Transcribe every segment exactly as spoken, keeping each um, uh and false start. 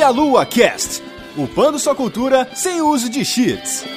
Meia Lua Cast, upando sua cultura sem uso de cheats.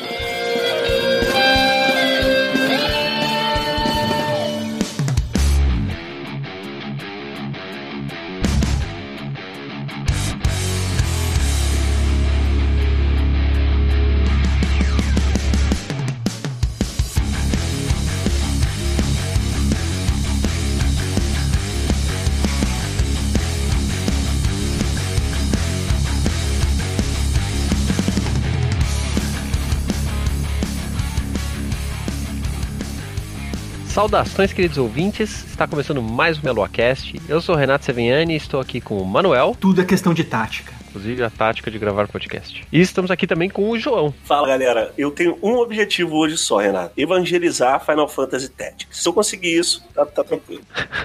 Saudações, queridos ouvintes, está começando mais um Meia Lua Cast. Eu sou o Renato Sevignani e estou aqui com o Manuel. Tudo é questão de tática. Inclusive a tática de gravar podcast. E estamos aqui também com o João. Fala, galera. Eu tenho um objetivo hoje só, Renato. Evangelizar Final Fantasy Tactics. Se eu conseguir isso, tá, tá tranquilo.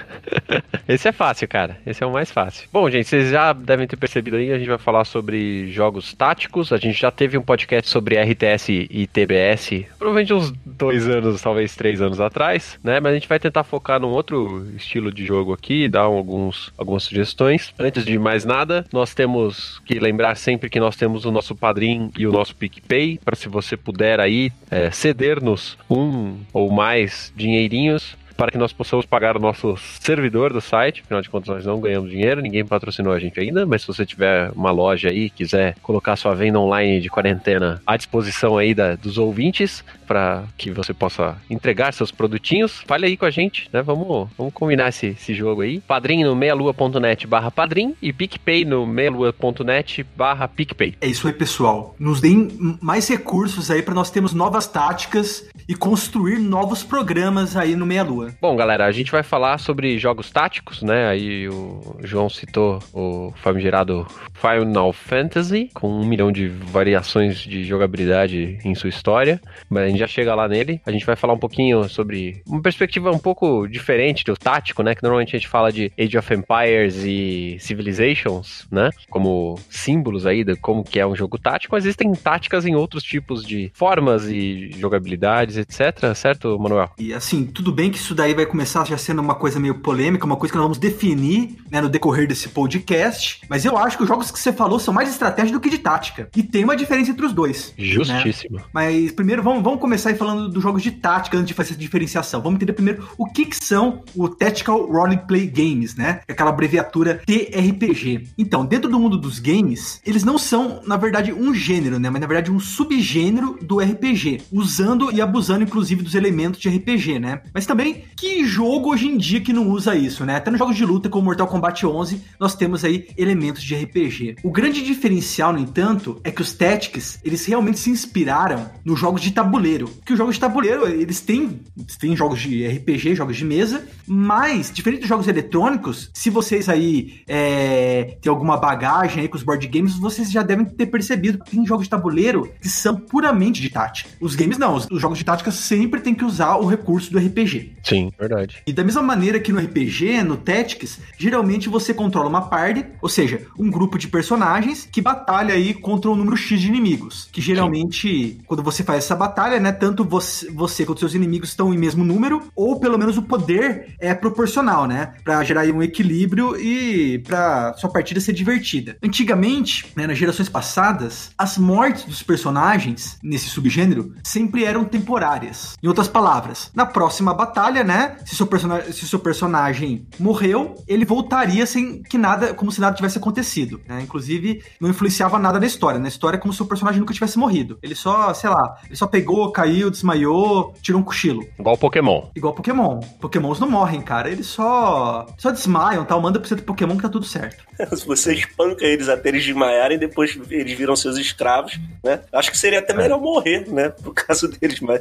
Esse é fácil, cara. Esse é o mais fácil. Bom, gente, vocês já devem ter percebido aí, a gente vai falar sobre jogos táticos. A gente já teve um podcast sobre R T S e T B S, provavelmente uns dois anos, talvez três anos atrás, né? Mas a gente vai tentar focar num outro estilo de jogo aqui, dar alguns, algumas sugestões. Antes de mais nada, nós temos que lembrar sempre que nós temos o nosso Padrim e o nosso PicPay, para se você puder aí é, ceder-nos um ou mais dinheirinhos, para que nós possamos pagar o nosso servidor do site. Afinal de contas, nós não ganhamos dinheiro, ninguém patrocinou a gente ainda, mas se você tiver uma loja aí, quiser colocar sua venda online de quarentena à disposição aí da, dos ouvintes, para que você possa entregar seus produtinhos, fale aí com a gente, né? Vamos, vamos combinar esse, esse jogo aí. Padrim no meialua.net barra padrim e PicPay no meialua.net barra PicPay. É isso aí, pessoal. Nos deem mais recursos aí para nós termos novas táticas e construir novos programas aí no Meia Lua. Bom, galera, a gente vai falar sobre jogos táticos, né? Aí o João citou o famigerado Final Fantasy, com um milhão de variações de jogabilidade em sua história, mas a gente já chega lá nele. A gente vai falar um pouquinho sobre uma perspectiva um pouco diferente do tático, né? Que normalmente a gente fala de Age of Empires e Civilizations, né? Como símbolos aí de como que é um jogo tático, mas existem táticas em outros tipos de formas e jogabilidades, etcétera. Certo, Manuel? E assim, tudo bem que isso daí vai começar já sendo uma coisa meio polêmica, uma coisa que nós vamos definir, né, no decorrer desse podcast, mas eu acho que os jogos que você falou são mais de estratégia do que de tática. E tem uma diferença entre os dois. Justíssimo. Né? Mas primeiro vamos, vamos começar aí falando dos jogos de tática antes de fazer essa diferenciação. Vamos entender primeiro o que, que são o Tactical Role Play Games, né? Aquela abreviatura T R P G. Então, dentro do mundo dos games, eles não são, na verdade, um gênero, né? Mas na verdade um subgênero do R P G, usando e abusando, inclusive, dos elementos de R P G, né? Mas também, que jogo hoje em dia que não usa isso, né? Até nos jogos de luta como Mortal Kombat onze, nós temos aí elementos de R P G. O grande diferencial, no entanto, é que os Tactics, eles realmente se inspiraram nos jogos de tabuleiro. Que os jogos de tabuleiro, eles têm, têm jogos de R P G, jogos de mesa, mas, diferente dos jogos eletrônicos, se vocês aí é, têm alguma bagagem aí com os board games, vocês já devem ter percebido que tem jogos de tabuleiro que são puramente de tática. Os games não, os, os jogos de tática sempre tem que usar o recurso do R P G. Sim, verdade. E da mesma maneira que no R P G, no Tactics, geralmente você controla uma party, ou seja, um grupo de personagens que batalha aí contra um número X de inimigos. Que geralmente, sim, quando você faz essa batalha, né, tanto você, você quanto seus inimigos estão em mesmo número, ou pelo menos o poder é proporcional, né, pra gerar aí um equilíbrio e pra sua partida ser divertida. Antigamente, né, nas gerações passadas, as mortes dos personagens nesse subgênero sempre eram temporárias. Em outras palavras, na próxima batalha, né, se seu, person- se seu personagem morreu, ele voltaria sem que nada, como se nada tivesse acontecido, né? Inclusive, não influenciava nada na história. Na história é como se o personagem nunca tivesse morrido. Ele só, sei lá, ele só pegou, caiu, desmaiou, tirou um cochilo. Igual Pokémon. Igual Pokémon. Pokémons não morrem, cara. Eles só só desmaiam, tal. Manda pro centro de Pokémon que tá tudo certo. Se você espanca eles até eles desmaiarem, depois eles viram seus escravos, né? Acho que seria até melhor morrer, né? No caso deles, mas...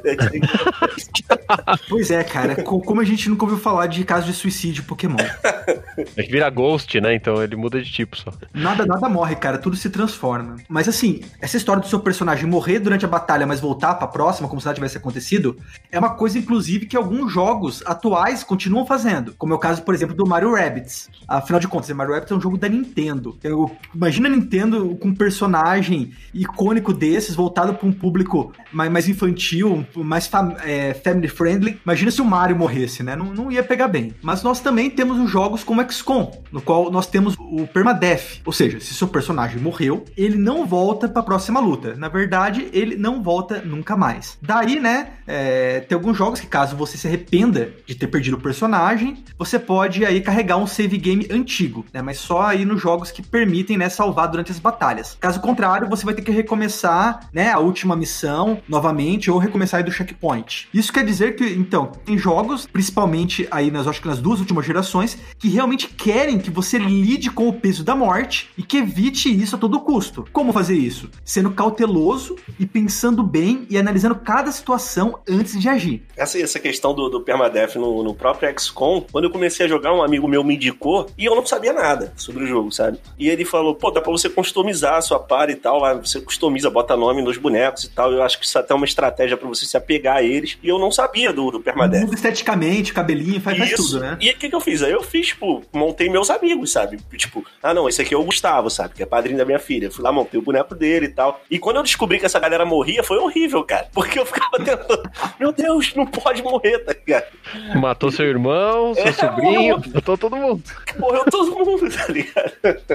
Pois é, cara. Como a gente nunca ouviu falar de caso de suicídio Pokémon. É que vira Ghost, né? Então ele muda de tipo só. Nada, nada morre, cara. Tudo se transforma. Mas assim, essa história do seu personagem morrer durante a batalha, mas voltar pra próxima, como se nada tivesse acontecido, é uma coisa, inclusive, que alguns jogos atuais continuam fazendo. Como é o caso, por exemplo, do Mario Rabbids. Afinal de contas, Mario Rabbids é um jogo da Nintendo. Eu, imagina a Nintendo com um personagem icônico desses, voltado pra um público mais, mais infantil, mais fam, é, family friendly. Imagina se o Mario morresse, né? Não, não ia pegar bem. Mas nós também temos os jogos como X COM, no qual nós temos o Permadeath. Ou seja, se seu personagem morreu, ele não volta pra próxima luta. Na verdade, ele não volta nunca mais. Daí, né, é, tem alguns jogos que caso você se arrependa de ter perdido o personagem, você pode aí carregar um save game antigo, né, mas só aí nos jogos que permitem, né, salvar durante as batalhas. Caso contrário, você vai ter que recomeçar, né, a última missão novamente ou recomeçar aí do checkpoint. Isso quer dizer que, então, tem jogos, principalmente aí nas, acho que nas duas últimas gerações, que realmente querem que você lide com o peso da morte e que evite isso a todo custo. Como fazer isso? Sendo cauteloso e pensando bem e analisando cada situação antes de agir. Essa, essa questão do, do Permadeath no, no próprio X COM, quando eu comecei a jogar, um amigo meu me indicou e eu não sabia nada sobre o jogo, sabe? E ele falou, pô, dá pra você customizar a sua party e tal, lá você customiza, bota nome nos bonecos e tal, eu acho que isso é até uma estratégia pra você se apegar a eles, e eu não sabia do, do Permadeath. Muda esteticamente, cabelinho, faz, faz tudo, né? E o que que eu fiz? Aí eu fiz, tipo, montei meus amigos, sabe? Tipo, ah não, esse aqui é o Gustavo, sabe? Que é padrinho da minha filha. Fui lá, montei o boneco dele e tal. E quando eu descobri que essa galera morria, foi horrível, cara. Porque eu ficava tentando, meu Deus, não pode morrer, tá ligado? Matou seu irmão, seu é, sobrinho, morreu. Matou todo mundo. Morreu todo mundo, tá ligado?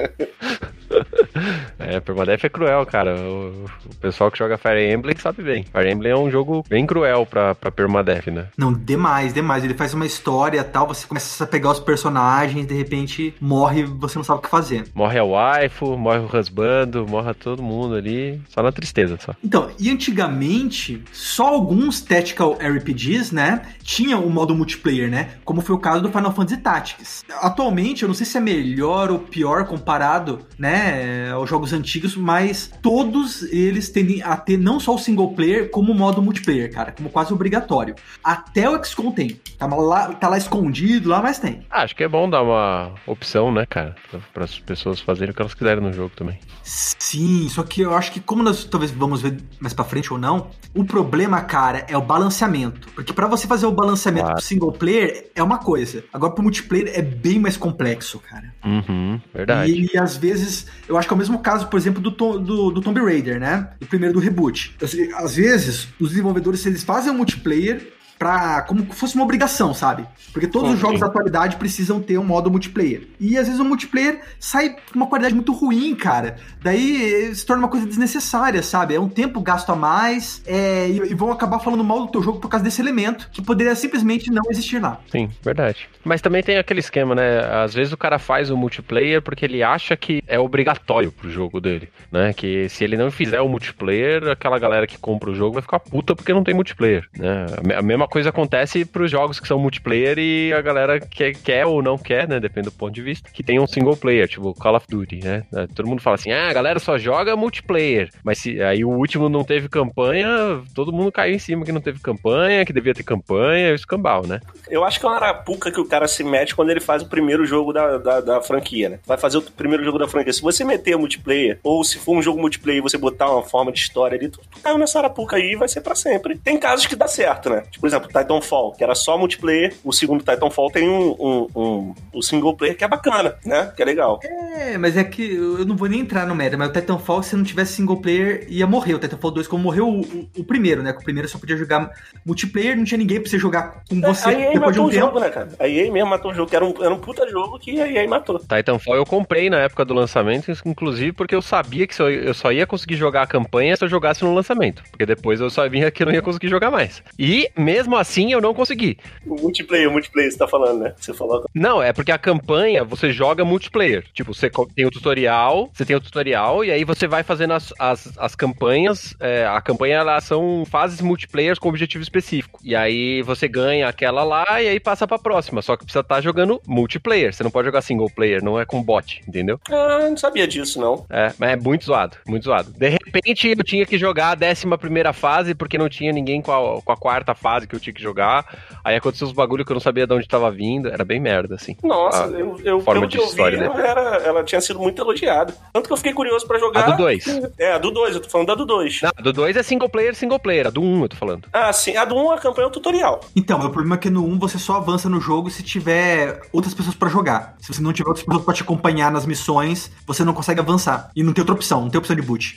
É, Permadeath é cruel, cara. O, o pessoal que joga Fire Emblem sabe bem. Fire Emblem é um jogo bem cruel pra, pra Permadeath, né? Não, demais, demais. Ele faz uma história e tal, você começa a pegar os personagens, de repente morre e você não sabe o que fazer. Morre a waifu, morre o husbando, morre todo mundo ali, só na tristeza, só. Então, e antigamente, só alguns Tactical R P Gs, né, tinham o modo multiplayer, né, como foi o caso do Final Fantasy Tactics. Atualmente, eu não sei se é melhor ou pior comparado, né, aos jogos antigos, mas todos eles tendem a ter não só o single player, como o modo multiplayer, cara, como quase obrigatório. Até o X COM tem. Tá lá, tá lá escondido, lá, mas tem. Ah, acho que é bom dar uma opção, né, cara, para as pessoas fazerem o que elas quiserem no jogo também. Sim, só que eu acho que como nós talvez vamos ver mais pra frente ou não, o problema, cara, é o balanceamento. Porque pra você fazer o balanceamento claro. Pro single player é uma coisa. Agora pro multiplayer é bem mais complexo, cara. Uhum, verdade. E, e às vezes, eu acho que é o mesmo caso, por exemplo, do, do, do Tomb Raider, né? Do primeiro do reboot. Às vezes, os desenvolvedores, se eles fazem o multiplayer pra, como se fosse uma obrigação, sabe? Porque todos Sim. os jogos da atualidade precisam ter um modo multiplayer. E às vezes o multiplayer sai com uma qualidade muito ruim, cara. Daí se torna uma coisa desnecessária, sabe? É um tempo gasto a mais é, e, e vão acabar falando mal do teu jogo por causa desse elemento que poderia simplesmente não existir lá. Sim, verdade. Mas também tem aquele esquema, né? Às vezes o cara faz o multiplayer porque ele acha que é obrigatório pro jogo dele, né? Que se ele não fizer o multiplayer, aquela galera que compra o jogo vai ficar puta porque não tem multiplayer, né? A mesma coisa acontece pros jogos que são multiplayer e a galera que quer ou não quer, né, depende do ponto de vista, que tem um single player, tipo Call of Duty, né, todo mundo fala assim, ah, a galera só joga multiplayer, mas se aí o último não teve campanha, todo mundo caiu em cima que não teve campanha, que devia ter campanha, isso cambal, né. Eu acho que é uma arapuca que o cara se mete quando ele faz o primeiro jogo da, da, da franquia, né, vai fazer o primeiro jogo da franquia, se você meter multiplayer, ou se for um jogo multiplayer e você botar uma forma de história ali, tu, tu caiu nessa arapuca aí e vai ser pra sempre. Tem casos que dá certo, né, tipo, por exemplo, Titanfall, que era só multiplayer, o segundo Titanfall tem um, um, um, um single player que é bacana, né? Que é legal. É, mas é que eu não vou nem entrar no meta, mas o Titanfall, se não tivesse single player, ia morrer. O Titanfall dois, como morreu o, o, o primeiro, né? Que o primeiro só podia jogar multiplayer, não tinha ninguém pra você jogar com você é, depois de um o tempo. Jogo, né, cara? A E A mesmo matou o jogo, que era um, era um puta jogo que a E A matou. Titanfall eu comprei na época do lançamento, inclusive porque eu sabia que eu só ia conseguir jogar a campanha se eu jogasse no lançamento, porque depois eu só vinha que eu não ia conseguir jogar mais. E, mesmo assim, eu não consegui. O multiplayer, o multiplayer, você tá falando, né? Você falou. Não, é porque a campanha você joga multiplayer. Tipo, você tem o tutorial, você tem o tutorial e aí você vai fazendo as, as, as campanhas. É, a campanha, elas são fases multiplayer com objetivo específico. E aí você ganha aquela lá e aí passa pra próxima. Só que precisa estar jogando multiplayer. Você não pode jogar single player, não é com bot, entendeu? Ah, não sabia disso, não. É, mas é muito zoado, muito zoado. De repente eu tinha que jogar a décima primeira fase porque não tinha ninguém com a, com a quarta fase que eu tinha que jogar. Aí aconteceu uns bagulho que eu não sabia de onde tava vindo. Era bem merda, assim. Nossa, a, eu, eu forma pelo de que eu história, vi, né? ela, era, ela tinha sido muito elogiada. Tanto que eu fiquei curioso pra jogar. A do dois. É, a do dois, eu tô falando da do dois. Não, a do dois é single player, single player. A do um eu tô falando. Ah, sim. A do um, a campanha é o tutorial. Então, o problema é que no um você só avança no jogo se tiver outras pessoas pra jogar. Se você não tiver outras pessoas pra te acompanhar nas missões, você não consegue avançar. E não tem outra opção, não tem opção de boot. Os desenvolvedores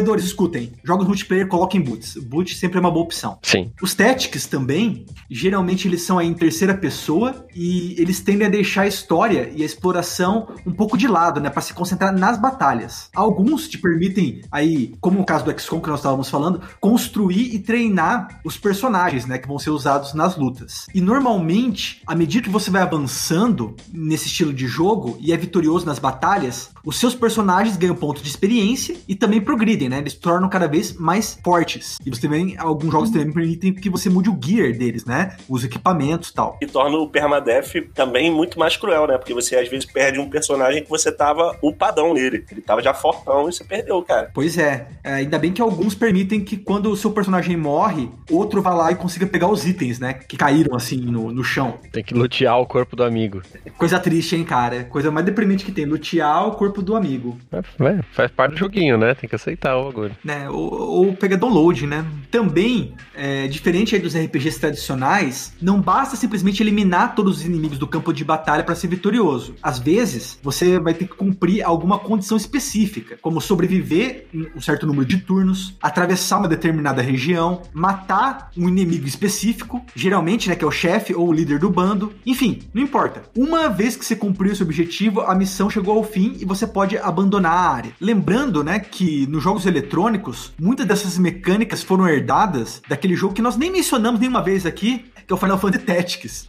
Apoiadores, escutem. Jogos multiplayer, coloquem boots. Boot sempre é uma boa opção. Sim. Os Tactics também, geralmente eles são aí em terceira pessoa e eles tendem a deixar a história e a exploração um pouco de lado, né? Pra se concentrar nas batalhas. Alguns te permitem aí, como no caso do X COM que nós estávamos falando, construir e treinar os personagens, né? Que vão ser usados nas lutas. E normalmente, à medida que você vai avançando nesse estilo de jogo e é vitorioso nas batalhas, os seus personagens ganham pontos de experiência e também progridem, né? Eles se tornam cada vez mais fortes. E você também, alguns jogos também permitem que você mude o gear deles, né? Os equipamentos e tal. E torna o permadeath também muito mais cruel, né? Porque você às vezes perde um personagem que você tava upadão nele. Ele tava já fortão e você perdeu, cara. Pois é. é. Ainda bem que alguns permitem que quando o seu personagem morre, outro vá lá e consiga pegar os itens, né? Que caíram assim no, no chão. Tem que lutear o corpo do amigo. Coisa triste, hein, cara? Coisa mais deprimente que tem. Lutear o corpo do amigo. É, faz parte do joguinho, né? Tem que aceitar o bagulho. Né? Ou, ou pegar download, né? Também, é, diferente aí dos R P Gs tradicionais, não basta simplesmente eliminar todos os inimigos do campo de batalha para ser vitorioso. Às vezes, você vai ter que cumprir alguma condição específica, como sobreviver em um certo número de turnos, atravessar uma determinada região, matar um inimigo específico, geralmente, né, que é o chefe ou o líder do bando. Enfim, não importa. Uma vez que você cumpriu esse objetivo, a missão chegou ao fim e você pode abandonar a área. Lembrando, né, que nos jogos eletrônicos, muitas dessas mecânicas foram herdadas daquele jogo que nós nem mencionamos nenhuma vez aqui, que é o Final Fantasy Tactics.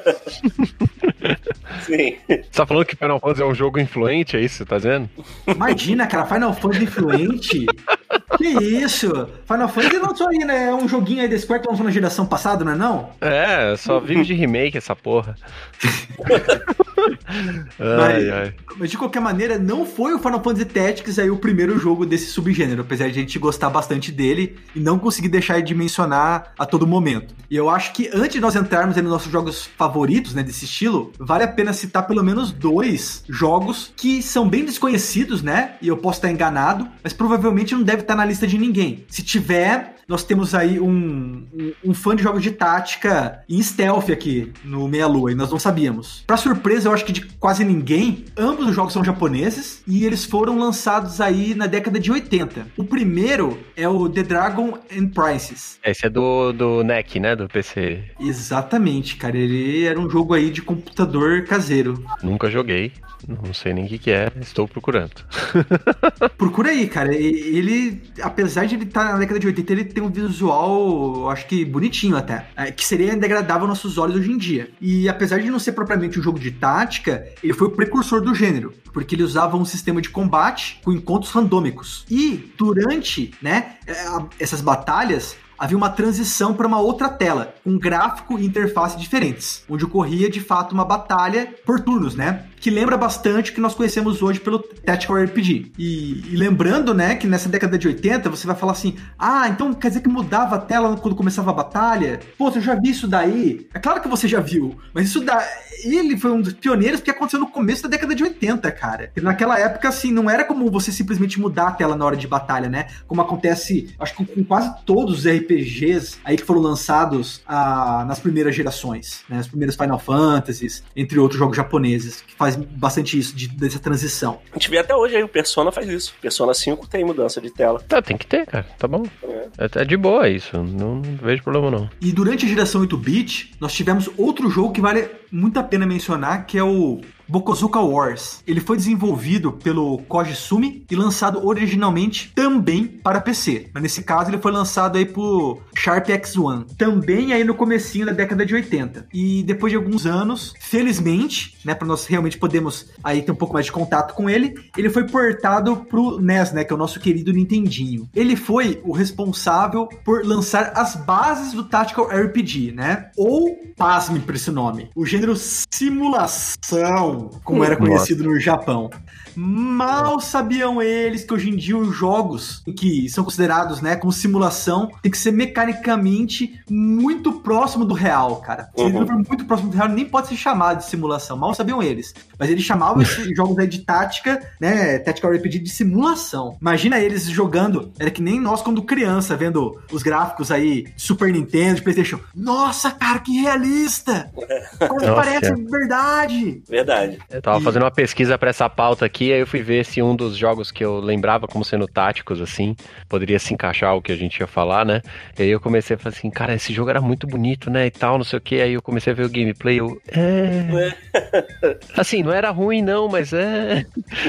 Sim. Você tá falando que Final Fantasy é um jogo influente, é isso que você tá dizendo? Imagina, cara, Final Fantasy influente. Que isso? Final Fantasy lançou aí, né? É um joguinho aí da Square que lançou na geração passada, não é não? É, só vive de remake essa porra. Ai, mas, ai. mas de qualquer maneira, não foi o Final Fantasy Tactics aí o primeiro jogo desse subgênero, apesar de a gente gostar bastante dele e não conseguir deixar de mencionar a todo momento. E eu acho que antes de nós entrarmos nos nossos jogos favoritos, né, desse estilo, vale a pena citar pelo menos dois jogos que são bem desconhecidos, né? E eu posso estar enganado, mas provavelmente não deve estar na lista de ninguém. Se tiver, nós temos aí um, um, um fã de jogos de tática em stealth aqui no Meia Lua, e nós não sabíamos. Pra surpresa, eu acho que de quase ninguém, ambos os jogos são japoneses e eles foram lançados aí na década de oitenta. O primeiro é o The Dragon and Princess. Esse é do, do N E C, né? Do P C. Exatamente, cara. Ele era um jogo aí de computador caseiro. Nunca joguei. Não sei nem o que, que é, estou procurando. Procura aí, cara. Ele, apesar de ele estar na década de oitenta, ele tem um visual, acho que bonitinho até, que seria ainda agradável aos nossos olhos hoje em dia. E apesar de não ser propriamente um jogo de tática, ele foi o precursor do gênero, porque ele usava um sistema de combate com encontros randômicos. E durante, né, essas batalhas, havia uma transição para uma outra tela, com gráfico e interface diferentes, onde ocorria de fato uma batalha por turnos, né? Que lembra bastante o que nós conhecemos hoje pelo Tactical R P G. E, e lembrando, né, que nessa década de oitenta você vai falar assim: ah, então quer dizer que mudava a tela quando começava a batalha? Pô, eu já vi isso daí. É claro que você já viu, mas isso da... ele foi um dos pioneiros porque aconteceu no começo da década de oitenta, cara. E naquela época, assim, não era como você simplesmente mudar a tela na hora de batalha, né? Como acontece, acho que com quase todos os R P Gs aí que foram lançados ah, nas primeiras gerações, né? As primeiras Final Fantasies, entre outros jogos japoneses, que faz bastante isso, de, dessa transição. A gente vê até hoje aí, o Persona faz isso. Persona cinco tem mudança de tela. Tá, tem que ter, cara. Tá bom. É, é de boa isso. Não, não vejo problema, não. E durante a geração oito bit, nós tivemos outro jogo que vale muito a pena mencionar, que é o Bokozuka Wars. Ele foi desenvolvido pelo Koji Sumi e lançado originalmente também para P C. Mas nesse caso ele foi lançado aí por Sharp X um. Também aí no comecinho da década de oitenta. E depois de alguns anos, felizmente, né, para nós realmente podermos aí ter um pouco mais de contato com ele, ele foi portado pro N E S, né, que é o nosso querido Nintendinho. Ele foi o responsável por lançar as bases do Tactical R P G, né? Ou, pasme por esse nome, o gênero simulação, como era conhecido no Japão. Mal sabiam eles que hoje em dia os jogos que são considerados, né, como simulação tem que ser mecanicamente muito próximo do real, cara. Se ele não for muito próximo do real, nem pode ser chamado de simulação. Mal sabiam eles. Mas eles chamavam esses jogos aí de tática, né, Tactical R P G de simulação. Imagina eles jogando, era que nem nós quando criança, vendo os gráficos aí de Super Nintendo, de PlayStation. Nossa, cara, que realista! Como parece verdade! Verdade. verdade. Eu tava E- fazendo uma pesquisa pra essa pauta aqui, aí eu fui ver se um dos jogos que eu lembrava como sendo táticos, assim, poderia se encaixar o que a gente ia falar, né? E aí eu comecei a falar assim, cara, esse jogo era muito bonito, né, e tal, não sei o que. Aí eu comecei a ver o gameplay, eu... É... Assim, não era ruim não, mas é...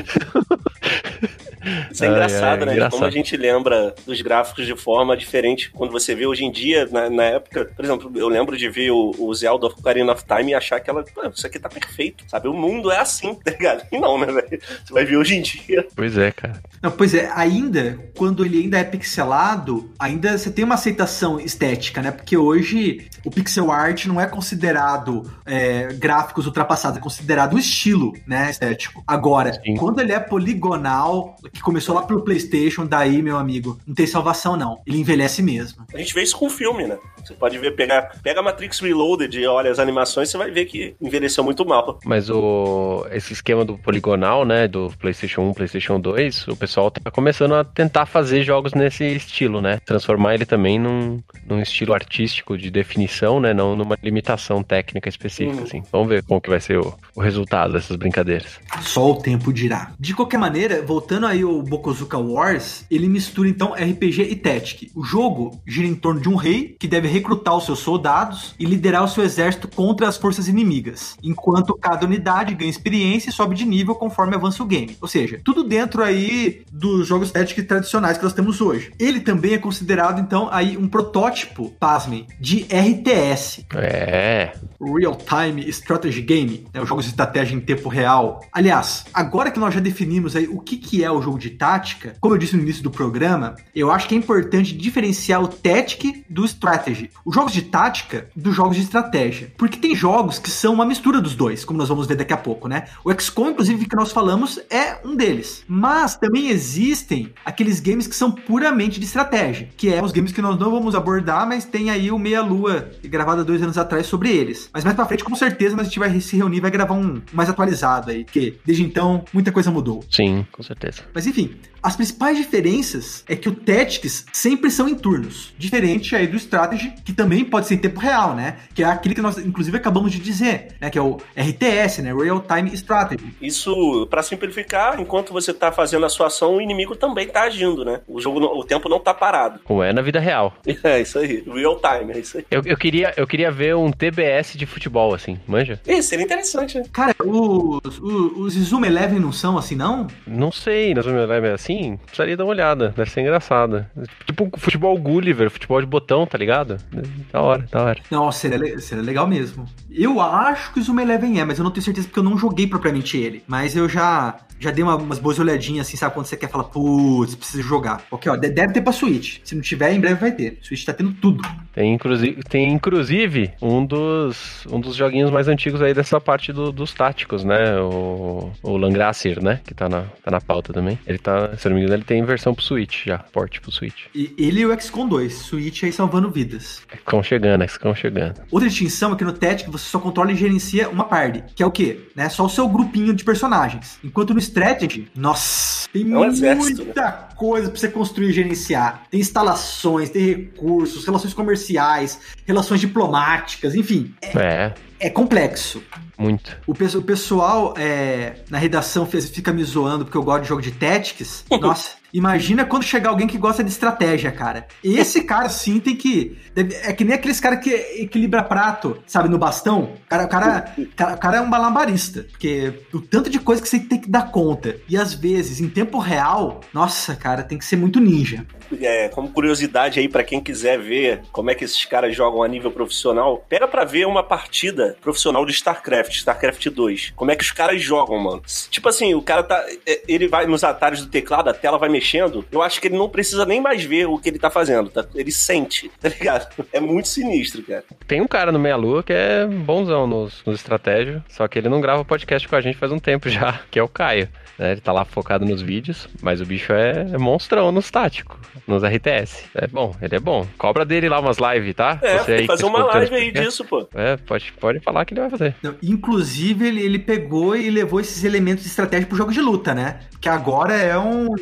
Isso é Ai, engraçado, ai, né? engraçado. Como a gente lembra dos gráficos de forma diferente quando você vê hoje em dia, na, na época, por exemplo, eu lembro de ver o, o Zelda Ocarina of Time e achar que ela, pô, isso aqui tá perfeito, sabe? O mundo é assim, tá ligado? E não, né, velho? Você vai ver hoje em dia. Pois é, cara. Não, pois é, ainda, quando ele ainda é pixelado, ainda você tem uma aceitação estética, né? Porque hoje o pixel art não é considerado é, gráficos ultrapassados, é considerado um estilo, né, estético. Agora, Sim. quando ele é poligonal, que começou lá pelo PlayStation, daí, meu amigo, não tem salvação, não. Ele envelhece mesmo. A gente vê isso com filme, né? Você pode ver, pegar, pega Matrix Reloaded e olha as animações, você vai ver que envelheceu muito mal. Mas o, esse esquema do poligonal, né, do PlayStation um, PlayStation dois, o pessoal tá começando a tentar fazer jogos nesse estilo, né? Transformar ele também num, num estilo artístico de definição, né? Não numa limitação técnica específica, Uhum. assim. Vamos ver como que vai ser o, o resultado dessas brincadeiras. Só o tempo dirá. De qualquer maneira, voltando aí ao Bokozuka Wars, ele mistura então R P G e Tactic. O jogo gira em torno de um rei que deve recrutar os seus soldados e liderar o seu exército contra as forças inimigas, enquanto cada unidade ganha experiência e sobe de nível conforme avança o game. Ou seja, tudo dentro aí dos jogos Tactic tradicionais que nós temos hoje. Ele também é considerado então aí um protótipo, pasmem, de R T S. É, Real Time Strategy Game, né, os jogos de estratégia em tempo real. Aliás, agora que nós já definimos aí o que, que é o jogo de tática, como eu disse no início do programa, eu acho que é importante diferenciar o Tactic do Strategy. Os jogos de tática dos jogos de estratégia. Porque tem jogos que são uma mistura dos dois, como nós vamos ver daqui a pouco, né? O X COM, inclusive, que nós falamos, é um deles. Mas também existem aqueles games que são puramente de estratégia, que é os games que nós não vamos abordar, mas tem aí o Meia Lua, gravado há dois anos atrás, sobre eles. Mas mais pra frente, com certeza, a gente vai se reunir e vai gravar um mais atualizado aí, porque desde então, muita coisa mudou. sim, com certeza. Mas enfim, as principais diferenças é que o Tactics sempre são em turnos, diferente aí do Strategy, que também pode ser em tempo real, né? Que é aquele que nós, inclusive, acabamos de dizer, né? Que é o R T S, né? Real Time Strategy. Isso, pra simplificar, enquanto você tá fazendo a sua ação, o inimigo também tá agindo, né? O jogo, não- o tempo não tá parado. Como é na vida real. É isso aí, real time, é isso aí. Eu, eu, queria, eu queria ver um T B S de futebol, assim, manja? Ih, seria interessante, né? Cara, os, os, os Zoom Eleven não são assim, não? Não sei, nós vamos levar assim, precisaria dar uma olhada, deve ser engraçado. Tipo futebol Gulliver, futebol de botão, tá ligado? Da hora, da hora. Não, seria, le- seria legal mesmo. Eu acho que o Zoom Eleven é, mas eu não tenho certeza porque eu não joguei propriamente ele. Mas eu já, já dei uma- umas boas olhadinhas, assim, sabe? Quando você quer falar, putz, preciso jogar. Ok, ó, de- deve ter pra Switch. Se não tiver, em breve vai ter. Switch tá tendo tudo. Tem inclusive, tem, inclusive um, dos, um dos joguinhos mais antigos aí dessa parte do- dos táticos, né? O, o Langracier, né? Que tá na, tá na pauta também. Ele tá, se eu não me engano, ele tem versão pro Switch já, porte pro Switch. E ele e o X COM dois. Switch aí salvando vidas. Estão chegando, estão chegando. Outra distinção é que no Tactic você só controla e gerencia uma party, que é o quê? Né? Só o seu grupinho de personagens. Enquanto no Strategy, nossa, tem É um exército, muita coisa pra você construir e gerenciar. Tem instalações, tem recursos, relações comerciais, relações diplomáticas, enfim, é, É, é complexo. muito. O, pe- o pessoal é, na redação fez- fica me zoando porque eu gosto de jogo de Tactics. Nossa, imagina quando chegar alguém que gosta de estratégia, cara. Esse cara, sim, tem que... deve- é que nem aqueles caras que equilibra prato, sabe, no bastão. O cara, o cara, o cara, o cara é um malabarista. Porque o tanto de coisa que você tem que dar conta. E às vezes, em tempo real, nossa, cara, tem que ser muito ninja. É, como curiosidade aí pra quem quiser ver como é que esses caras jogam a nível profissional, pega pra ver uma partida profissional de StarCraft, StarCraft dois. Como é que os caras jogam, mano? Tipo assim, o cara tá... é, ele vai nos atalhos do teclado, a tela vai mexendo, eu acho que ele não precisa nem mais ver o que ele tá fazendo, tá? Ele sente, tá ligado? É muito sinistro, cara. Tem um cara no Meia Lua que é bonzão nos, nos estratégias, só que ele não grava podcast com a gente faz um tempo já, que é o Caio. Né? Ele tá lá focado nos vídeos, mas o bicho é, é monstrão nos táticos, nos R T S. É bom, ele é bom. Cobra dele lá umas lives, tá? É, Você tem aí que fazer tá uma escutando live esse aí podcast, disso, pô. É, pode, pode falar que ele vai fazer. Não, inclusive, ele, ele pegou e levou esses elementos de estratégia pro jogo de luta, né? Que agora é um veterano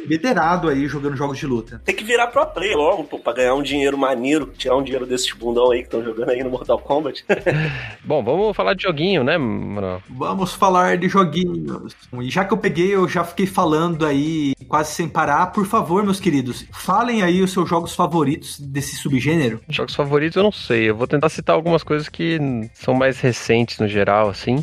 empenhado aí jogando jogos de luta. Tem que virar pro play logo, pô, pra ganhar um dinheiro maneiro, tirar um dinheiro desses bundão aí que estão jogando aí no Mortal Kombat. Bom, vamos falar de joguinho, né, mano? Vamos falar de joguinhos. E já que eu peguei, eu já fiquei falando aí quase sem parar. Por favor, meus queridos, falem aí os seus jogos favoritos desse subgênero. Jogos favoritos eu não sei, eu vou tentar citar algumas coisas que são mais recentes no geral, assim,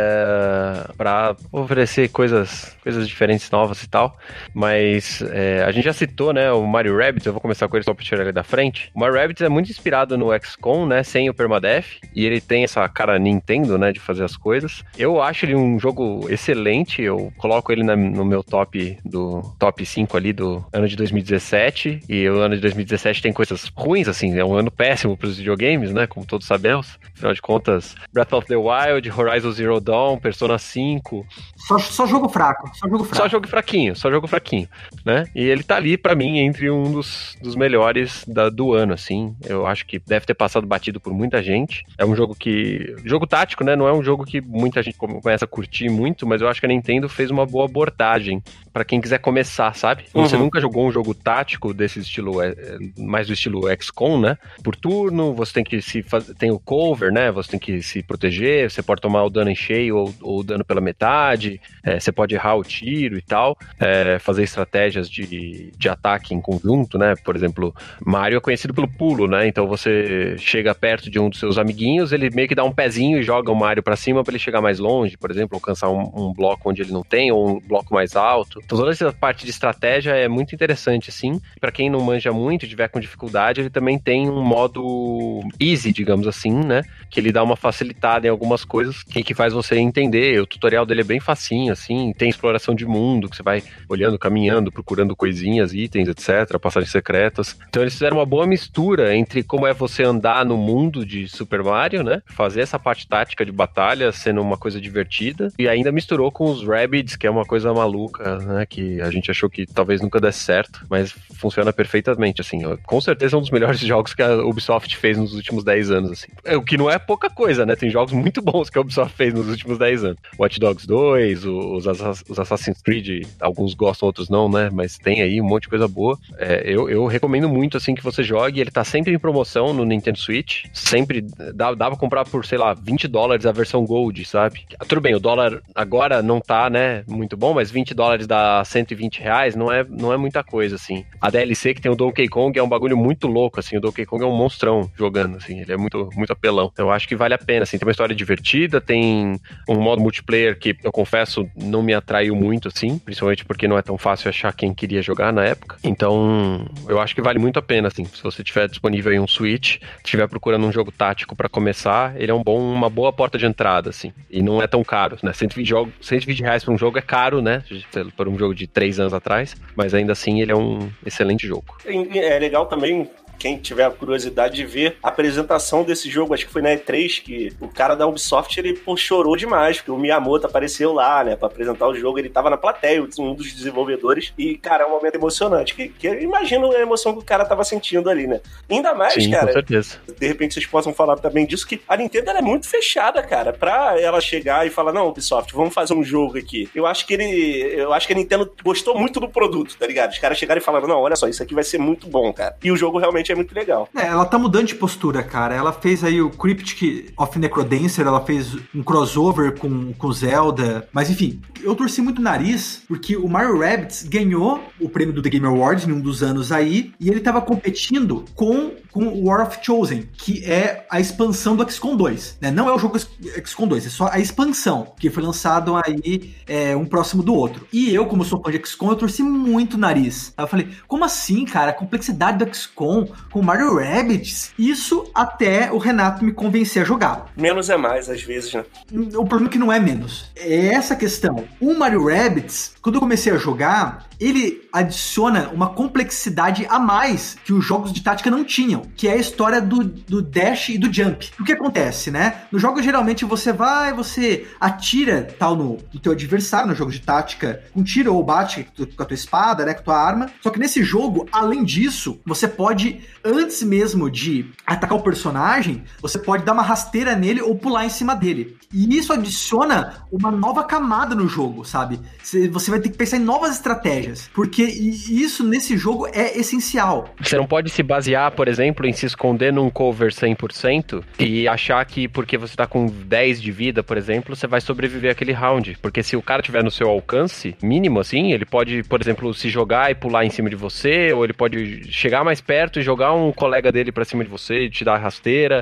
é, pra oferecer coisas, coisas diferentes, novas e tal, mas é, a gente já citou, né, o Mario Rabbids, eu vou começar com ele só pra tirar ele da frente. O Mario Rabbids é muito inspirado no X COM, né, sem o permadeath, e ele tem essa cara Nintendo, né, de fazer as coisas. Eu acho ele um jogo excelente, eu coloco ele na, no meu top do top cinco ali do ano de dois mil e dezessete, e o ano de dois mil e dezessete tem coisas ruins, assim, é um ano péssimo pros videogames, né, como todos sabemos. Afinal de contas, Breath of the Wild, Horizon Zero Dawn, Persona cinco... Só, só jogo fraco, só jogo fraco. Só jogo fraquinho, só jogo fraquinho, né? E ele tá ali, pra mim, entre um dos, dos melhores da, do ano, assim. Eu acho que deve ter passado batido por muita gente. É um jogo que... Jogo tático, né? Não é um jogo que muita gente começa a curtir muito, mas eu acho que a Nintendo fez uma boa abordagem pra quem quiser começar, sabe? Uhum. Você nunca jogou um jogo tático desse estilo, é, mais do estilo X COM, né? Por turno, você tem que se fazer... Tem o cover, né? Você tem que se proteger, você pode tomar o dano em cheio ou, ou o dano pela metade, é, você pode errar o tiro e tal, é, fazer estratégias de, de ataque em conjunto, né? Por exemplo, Mario é conhecido pelo pulo, né? Então você chega perto de um dos seus amiguinhos, ele meio que dá um pezinho e joga o Mario pra cima pra ele chegar mais longe, por exemplo, alcançar um, um bloco onde ele não tem, ou um bloco mais alto. Então toda essa parte de estratégia é muito interessante, assim. Pra quem não manja muito e tiver com dificuldade, ele também tem um modo easy, digamos assim, né? Que ele dá uma facilitada em algumas coisas, que, que faz você entender. O tutorial dele é bem facinho, assim, tem exploração de mundo, que você vai olhando, caminhando, procurando coisinhas, itens, etcétera, passagens secretas. Então eles fizeram uma boa mistura entre como é você andar no mundo de Super Mario, né? Fazer essa parte tática de batalha sendo uma coisa divertida, e ainda misturou com os Rabbids, que é uma coisa maluca, né? Que a gente achou que talvez nunca desse certo, mas funciona perfeitamente, assim. Com certeza é um dos melhores jogos que a Ubisoft fez nos últimos dez anos, assim. O que não é pouca coisa, né? Tem jogos muito bons que a Ubisoft fez nos últimos dez anos. Watch Dogs dois, os, os Assassin's Creed, alguns gostam, outros não, né? Mas tem aí um monte de coisa boa. É, eu, eu recomendo muito, assim, que você jogue. Ele tá sempre em promoção no Nintendo Switch. Sempre dá, dá pra comprar por, sei lá, vinte dólares a versão Gold, sabe? Tudo bem, o dólar agora não tá, né, muito bom, mas vinte dólares dá cento e vinte reais, não é, não é muita coisa, assim. A D L C que tem o Donkey Kong é um bagulho muito louco, assim. O Donkey Kong é um monstrão jogando, assim. Ele é muito, muito apelão. Então eu acho que vale a pena, assim. Tem uma história divertida, tem um modo multiplayer que, eu confesso, não me atraiu muito, assim, principalmente porque não é tão fácil achar quem queria jogar na época. Então, eu acho que vale muito a pena, assim. Se você tiver disponível aí um Switch, estiver procurando um jogo tático pra começar, ele é um bom, uma boa porta de entrada, assim. E não é tão caro, né? cento e vinte, jogo, cento e vinte reais pra um jogo é caro, né? Por um jogo de três anos atrás, mas ainda assim ele é um excelente jogo. É legal também, quem tiver a curiosidade de ver a apresentação desse jogo, acho que foi na E três, que o cara da Ubisoft, ele pô, chorou demais, porque o Miyamoto apareceu lá, né, pra apresentar o jogo, ele tava na plateia, um dos desenvolvedores, e, cara, é um momento emocionante, que, que eu imagino a emoção que o cara tava sentindo ali, né. Ainda mais, Sim, cara, com certeza. De repente vocês possam falar também disso, que a Nintendo, ela é muito fechada, cara, pra ela chegar e falar, não, Ubisoft, vamos fazer um jogo aqui. Eu acho que ele, eu acho que a Nintendo gostou muito do produto, tá ligado? Os caras chegaram e falaram, não, olha só, isso aqui vai ser muito bom, cara. E o jogo realmente é muito legal. É, ela tá mudando de postura, cara. Ela fez aí o Cryptic of Necrodancer, ela fez um crossover com, com Zelda. Mas enfim, eu torci muito o nariz, porque o Mario Rabbids ganhou o prêmio do The Game Awards em um dos anos aí, e ele tava competindo com, com o War of Chosen, que é a expansão do X COM dois, né? Não é o jogo X COM dois, é só a expansão, que foi lançado aí é, um próximo do outro. E eu, como sou fã de X COM, eu torci muito o nariz. Aí eu falei, como assim, cara? A complexidade do X COM com o Mario Rabbids? Isso até o Renato me convencer a jogar. Menos é mais, às vezes, né? O problema é que não é menos. É essa questão. O Mario Rabbids, quando eu comecei a jogar, ele adiciona uma complexidade a mais que os jogos de tática não tinham. que é a história do, do dash e do jump. O que acontece, né? No jogo, geralmente, você vai, você atira tal no, no teu adversário, no jogo de tática, com tiro ou bate com a tua espada, né, com a tua arma. Só que nesse jogo, além disso, você pode, antes mesmo de atacar o personagem, você pode dar uma rasteira nele ou pular em cima dele. E isso adiciona uma nova camada no jogo, sabe? Você vai ter que pensar em novas estratégias, porque isso nesse jogo é essencial. Você não pode se basear, por exemplo, em se esconder num cover cem por cento e achar que porque você tá com dez de vida, por exemplo, você vai sobreviver aquele round. Porque se o cara tiver no seu alcance mínimo, assim, ele pode, por exemplo, se jogar e pular em cima de você, ou ele pode chegar mais perto e jogar um colega dele pra cima de você e te dar rasteira.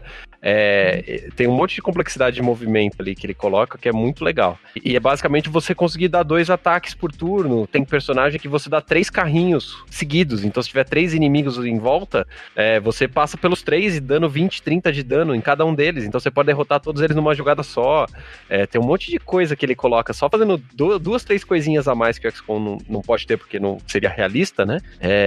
É, tem um monte de complexidade de movimento ali que ele coloca que é muito legal. E é basicamente você conseguir dar dois ataques por turno. Tem personagem que você dá três carrinhos seguidos. Então, se tiver três inimigos em volta, é, você passa pelos três e dando vinte, trinta de dano em cada um deles. Então, você pode derrotar todos eles numa jogada só. É, tem um monte de coisa que ele coloca só fazendo duas, duas três coisinhas a mais que o X COM não, não pode ter porque não seria realista, né?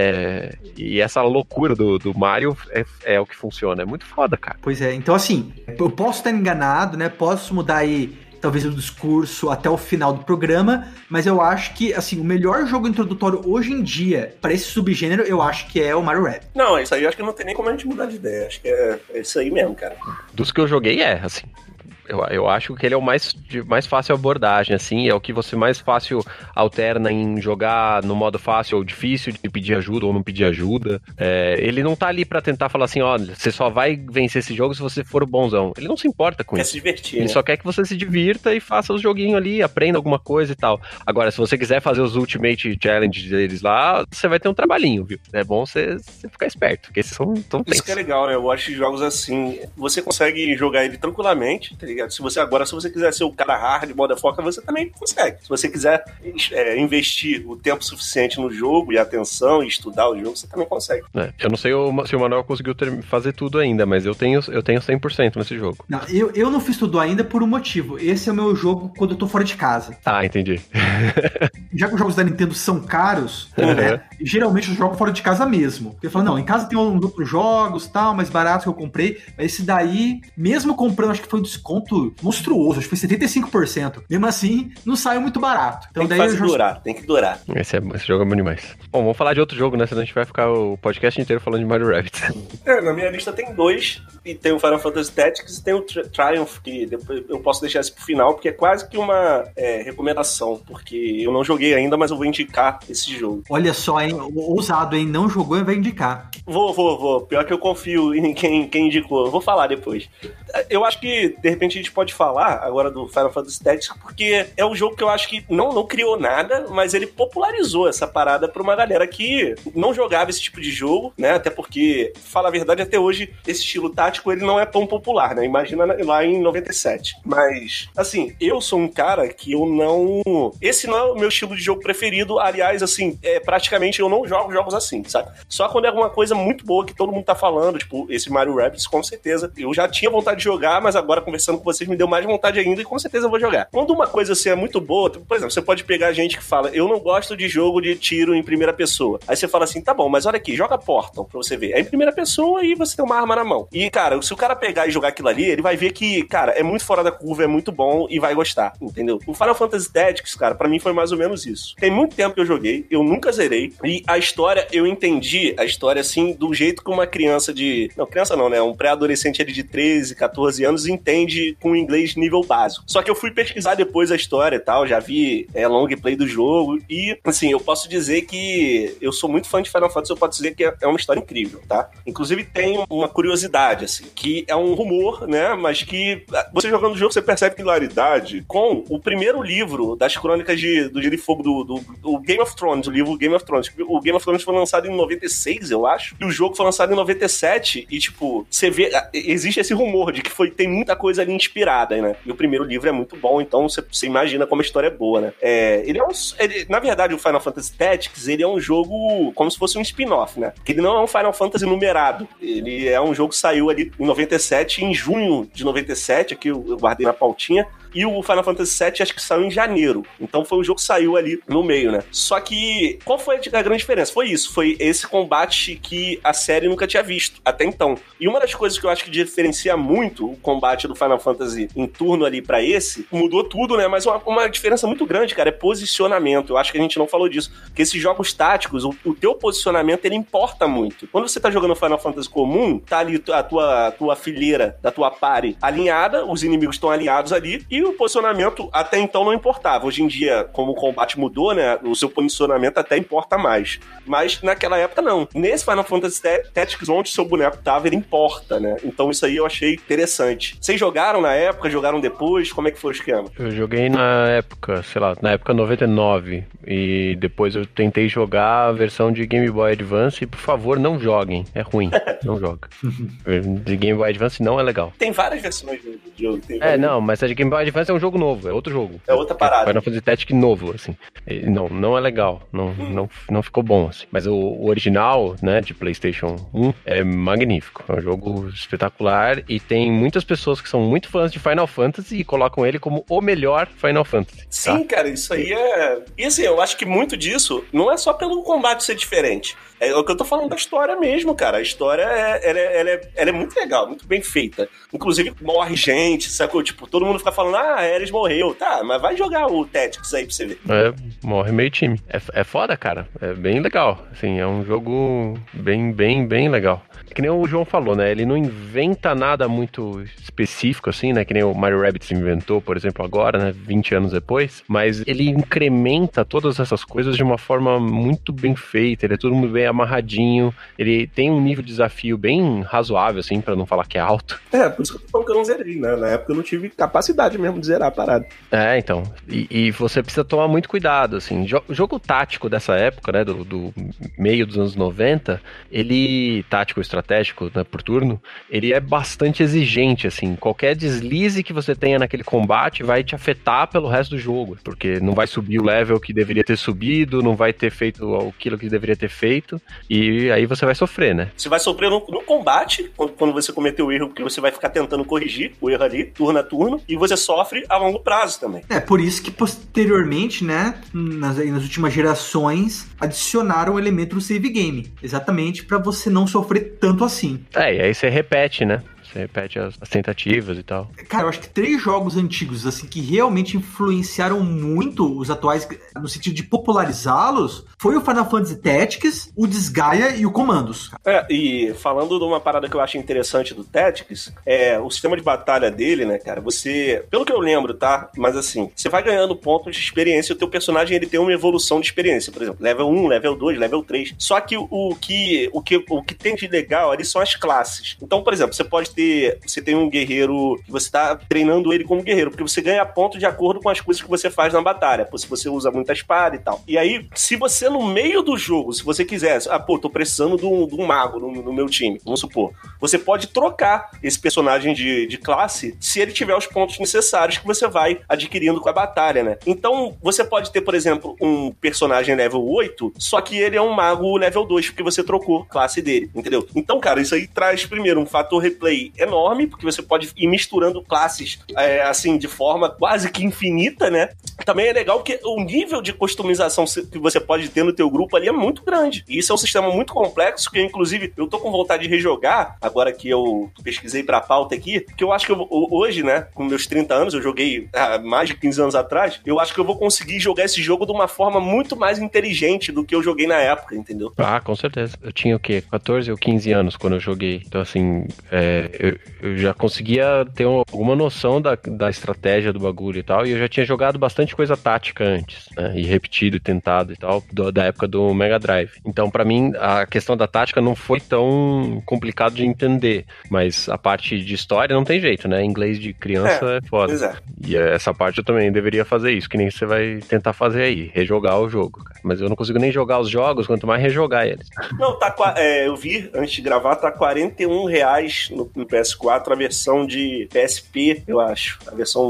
É, e essa loucura do, do Mario é, é o que funciona. É muito foda, cara. Pois é, então assim, eu posso estar enganado, né? Posso mudar aí talvez o discurso até o final do programa, mas eu acho que, assim, o melhor jogo introdutório hoje em dia para esse subgênero, eu acho que é o Mario Rabbids. Não, isso aí eu acho que não tem nem como a gente mudar de ideia. Acho que é, é isso aí mesmo, cara. Dos que eu joguei, é, assim... Eu, eu acho que ele é o mais, de mais fácil abordagem, assim, é o que você mais fácil alterna em jogar no modo fácil ou difícil, de pedir ajuda ou não pedir ajuda. É, ele não tá ali pra tentar falar assim, olha, você só vai vencer esse jogo se você for o bonzão. Ele não se importa com quer isso. Se divertir, ele né? só quer que você se divirta e faça os joguinhos ali, aprenda alguma coisa e tal. Agora, se você quiser fazer os Ultimate Challenge deles lá, você vai ter um trabalhinho, viu? É bom você, você ficar esperto, porque esses são tão Isso que é legal, né? Eu acho que jogos assim, você consegue jogar ele tranquilamente, tá ligado? Se você agora, se você quiser ser o cara hard, motherfucker, você também consegue. Se você quiser é, investir o tempo suficiente no jogo e atenção e estudar o jogo, você também consegue. É, eu não sei o, se o Manuel conseguiu ter, fazer tudo ainda, mas eu tenho, eu tenho cem por cento nesse jogo. Não, eu, eu não fiz tudo ainda por um motivo. Esse é o meu jogo quando eu tô fora de casa. Ah, entendi. Já que os jogos da Nintendo são caros, uhum. né, geralmente eu jogo fora de casa mesmo. Eu falo, não, em casa tem uns outros jogos, tal, mais baratos que eu comprei, mas esse daí, mesmo comprando, acho que foi um desconto monstruoso, acho que foi setenta e cinco por cento. Mesmo assim, não saiu muito barato. Então, tem que daí fazer eu já... durar, tem que durar. Esse, é, esse jogo é bom demais. Bom, vamos falar de outro jogo, né? Senão a gente vai ficar o podcast inteiro falando de Mario Rabbids. É, na minha lista tem dois, e tem o Final Fantasy Tactics e tem o Tri- Triumph, que depois eu posso deixar esse pro final, porque é quase que uma é, recomendação, porque eu não joguei ainda, mas eu vou indicar esse jogo. Olha só, hein? Ousado, hein? Não jogou e vai indicar. Vou, vou, vou. Pior que eu confio em quem, quem indicou. Eu vou falar depois. Eu acho que, de repente, a gente pode falar agora do Final Fantasy Tactics, porque é um jogo que eu acho que não, não criou nada, mas ele popularizou essa parada pra uma galera que não jogava esse tipo de jogo, né? Até porque, fala a verdade, até hoje, esse estilo tático, ele não é tão popular, né? Imagina lá em noventa e sete. Mas, assim, eu sou um cara que eu não... Esse não é o meu estilo de jogo preferido. Aliás, assim, é, praticamente eu não jogo jogos assim, sabe? Só quando é alguma coisa muito boa que todo mundo tá falando, tipo, esse Mario Rabbids, com certeza. Eu já tinha vontade de jogar, mas agora, conversando com vocês, me deu mais vontade ainda e com certeza eu vou jogar. Quando uma coisa assim é muito boa, por exemplo, você pode pegar gente que fala, eu não gosto de jogo de tiro em primeira pessoa. Aí você fala assim, tá bom, mas olha aqui, joga Portal pra você ver. É em primeira pessoa e você tem uma arma na mão. E, cara, se o cara pegar e jogar aquilo ali, ele vai ver que, cara, é muito fora da curva, é muito bom e vai gostar, entendeu? O Final Fantasy Tactics, cara, pra mim foi mais ou menos isso. Tem muito tempo que eu joguei, eu nunca zerei, e a história, eu entendi a história, assim, do jeito que uma criança de... Não, criança não, né? Um pré-adolescente ali de treze, catorze anos entende com inglês nível básico. Só que eu fui pesquisar depois a história e tal, já vi é, long play do jogo, e, assim, eu posso dizer que eu sou muito fã de Final Fantasy, eu posso dizer que é uma história incrível, tá? Inclusive tem uma curiosidade, assim, que é um rumor, né? Mas que você jogando o jogo, você percebe similaridade com o primeiro livro das crônicas de, do Gelo e Fogo, do, do, do Game of Thrones, o livro Game of Thrones. O Game of Thrones foi lançado em noventa e seis, eu acho, e o jogo foi lançado em noventa e sete, e, tipo, você vê, existe esse rumor de que foi, tem muita coisa ali inspirada, né? E o primeiro livro é muito bom, então você, você imagina como a história é boa, né? É, ele é um... Ele, na verdade, o Final Fantasy Tactics, ele é um jogo como se fosse um spin-off, né? Ele não é um Final Fantasy numerado. Ele é um jogo que saiu ali em noventa e sete, em junho de noventa e sete, aqui eu, eu guardei na pautinha, e o Final Fantasy sete acho que saiu em janeiro. Então foi um jogo que saiu ali no meio, né? Só que, qual foi a grande diferença? Foi isso, foi esse combate que a série nunca tinha visto até então. E uma das coisas que eu acho que diferencia muito o combate do Final Fantasy em turno ali pra esse, mudou tudo, né? Mas uma, uma diferença muito grande, cara, é posicionamento. Eu acho que a gente não falou disso. Porque esses jogos táticos, o, o teu posicionamento, ele importa muito. Quando você tá jogando Final Fantasy comum, tá ali a tua, a tua fileira da tua party alinhada, os inimigos estão alinhados ali, e o posicionamento até então não importava. Hoje em dia, como o combate mudou, né? O seu posicionamento até importa mais. Mas naquela época, não. Nesse Final Fantasy Tactics, onde o seu boneco tava, ele importa, né? Então isso aí eu achei interessante. Vocês jogaram na época, jogaram depois? Como é que foi o esquema? Eu joguei na época, sei lá, na época noventa e nove, e depois eu tentei jogar a versão de Game Boy Advance, e por favor, não joguem, é ruim, não joga. De Game Boy Advance não é legal. Tem várias versões do jogo. Tem é, várias... não, mas a de Game Boy Advance é um jogo novo, é outro jogo. É outra parada. Final Fantasy Tactics novo, assim. Não, não é legal, não, hum. não, não ficou bom, assim. Mas o, o original, né, de PlayStation um, é magnífico, é um jogo espetacular, e tem muitas pessoas que são muito fãs de Final Fantasy e colocam ele como o melhor Final Fantasy. Tá? Sim, cara, isso aí é... E assim, eu acho que muito disso não é só pelo combate ser diferente. É o que eu tô falando da história mesmo, cara. A história, é, ela, é, ela, é, ela é muito legal, muito bem feita. Inclusive, morre gente, sacou? Tipo, todo mundo fica falando, ah, a Ares morreu. Tá, mas vai jogar o Tactics aí pra você ver. É, morre meio time. É, é foda, cara. É bem legal. Assim, é um jogo bem, bem, bem legal. Que nem o João falou, né? Ele não inventa nada muito específico, assim, né? Que nem o Mario Rabbids inventou, por exemplo, agora, né? vinte anos depois. Mas ele incrementa todas essas coisas de uma forma muito bem feita. Ele é tudo muito bem amarradinho. Ele tem um nível de desafio bem razoável, assim, pra não falar que é alto. É, por isso que eu tô falando que eu não zerei, né? Na época eu não tive capacidade mesmo de zerar a parada. É, então. E, e você precisa tomar muito cuidado, assim. Jo- jogo tático dessa época, né? Do, do meio dos anos noventa, ele... Tático estratégico, né, por turno, ele é bastante exigente, assim. Qualquer deslize que você tenha naquele combate vai te afetar pelo resto do jogo, porque não vai subir o level que deveria ter subido, não vai ter feito aquilo que deveria ter feito, e aí você vai sofrer, né? Você vai sofrer no, no combate, quando, quando você cometer o erro, porque você vai ficar tentando corrigir o erro ali, turno a turno, e você sofre a longo prazo também. É, por isso que posteriormente, né, nas, nas últimas gerações, adicionaram o elemento do save game, exatamente pra você não sofrer tanto assim. É, e aí você repete, né? Você repete as, as tentativas e tal. Cara, eu acho que três jogos antigos, assim, que realmente influenciaram muito os atuais, no sentido de popularizá-los, foi o Final Fantasy Tactics, o Disgaea e o Commandos. É, e falando de uma parada que eu acho interessante do Tactics, é o sistema de batalha dele, né, cara, você, pelo que eu lembro, tá? Mas assim, você vai ganhando pontos de experiência, o teu personagem, ele tem uma evolução de experiência, por exemplo, level um, level dois, level três. Só que o que, o que, o que tem de legal ali são as classes. Então, por exemplo, você pode ter você tem um guerreiro que você tá treinando ele como guerreiro, porque você ganha ponto de acordo com as coisas que você faz na batalha, se você usa muita espada e tal. E aí, se você no meio do jogo, se você quiser, ah, pô, tô precisando de um, de um mago no, no meu time, vamos supor, você pode trocar esse personagem de, de classe se ele tiver os pontos necessários que você vai adquirindo com a batalha, né? Então, você pode ter, por exemplo, um personagem level oito, só que ele é um mago level dois, porque você trocou a classe dele, entendeu? Então, cara, isso aí traz, primeiro, um fator replay enorme, porque você pode ir misturando classes é, assim, de forma quase que infinita, né? Também é legal que o nível de customização que você pode ter no teu grupo ali é muito grande. E isso é um sistema muito complexo, que inclusive eu tô com vontade de rejogar, agora que eu pesquisei pra pauta aqui, que eu acho que eu, hoje, né, com meus trinta anos, eu joguei há mais de quinze anos atrás, eu acho que eu vou conseguir jogar esse jogo de uma forma muito mais inteligente do que eu joguei na época, entendeu? Ah, com certeza. Eu tinha o quê? quatorze ou quinze anos quando eu joguei. Então, assim, é, eu, eu já conseguia ter uma, alguma noção da, da estratégia do bagulho e tal, e eu já tinha jogado bastante coisa tática antes, né, e repetido e tentado e tal, do, da época do Mega Drive. Então, pra mim, a questão da tática não foi tão complicado de entender, mas a parte de história não tem jeito, né? Inglês de criança é, é foda. Exato. E essa parte eu também deveria fazer isso, que nem você vai tentar fazer aí, rejogar o jogo, cara. Mas eu não consigo nem jogar os jogos, quanto mais rejogar eles. Não, tá, é, eu vi, antes de gravar, tá quarenta e um reais no, no P S quatro, a versão de P S P, eu acho. A versão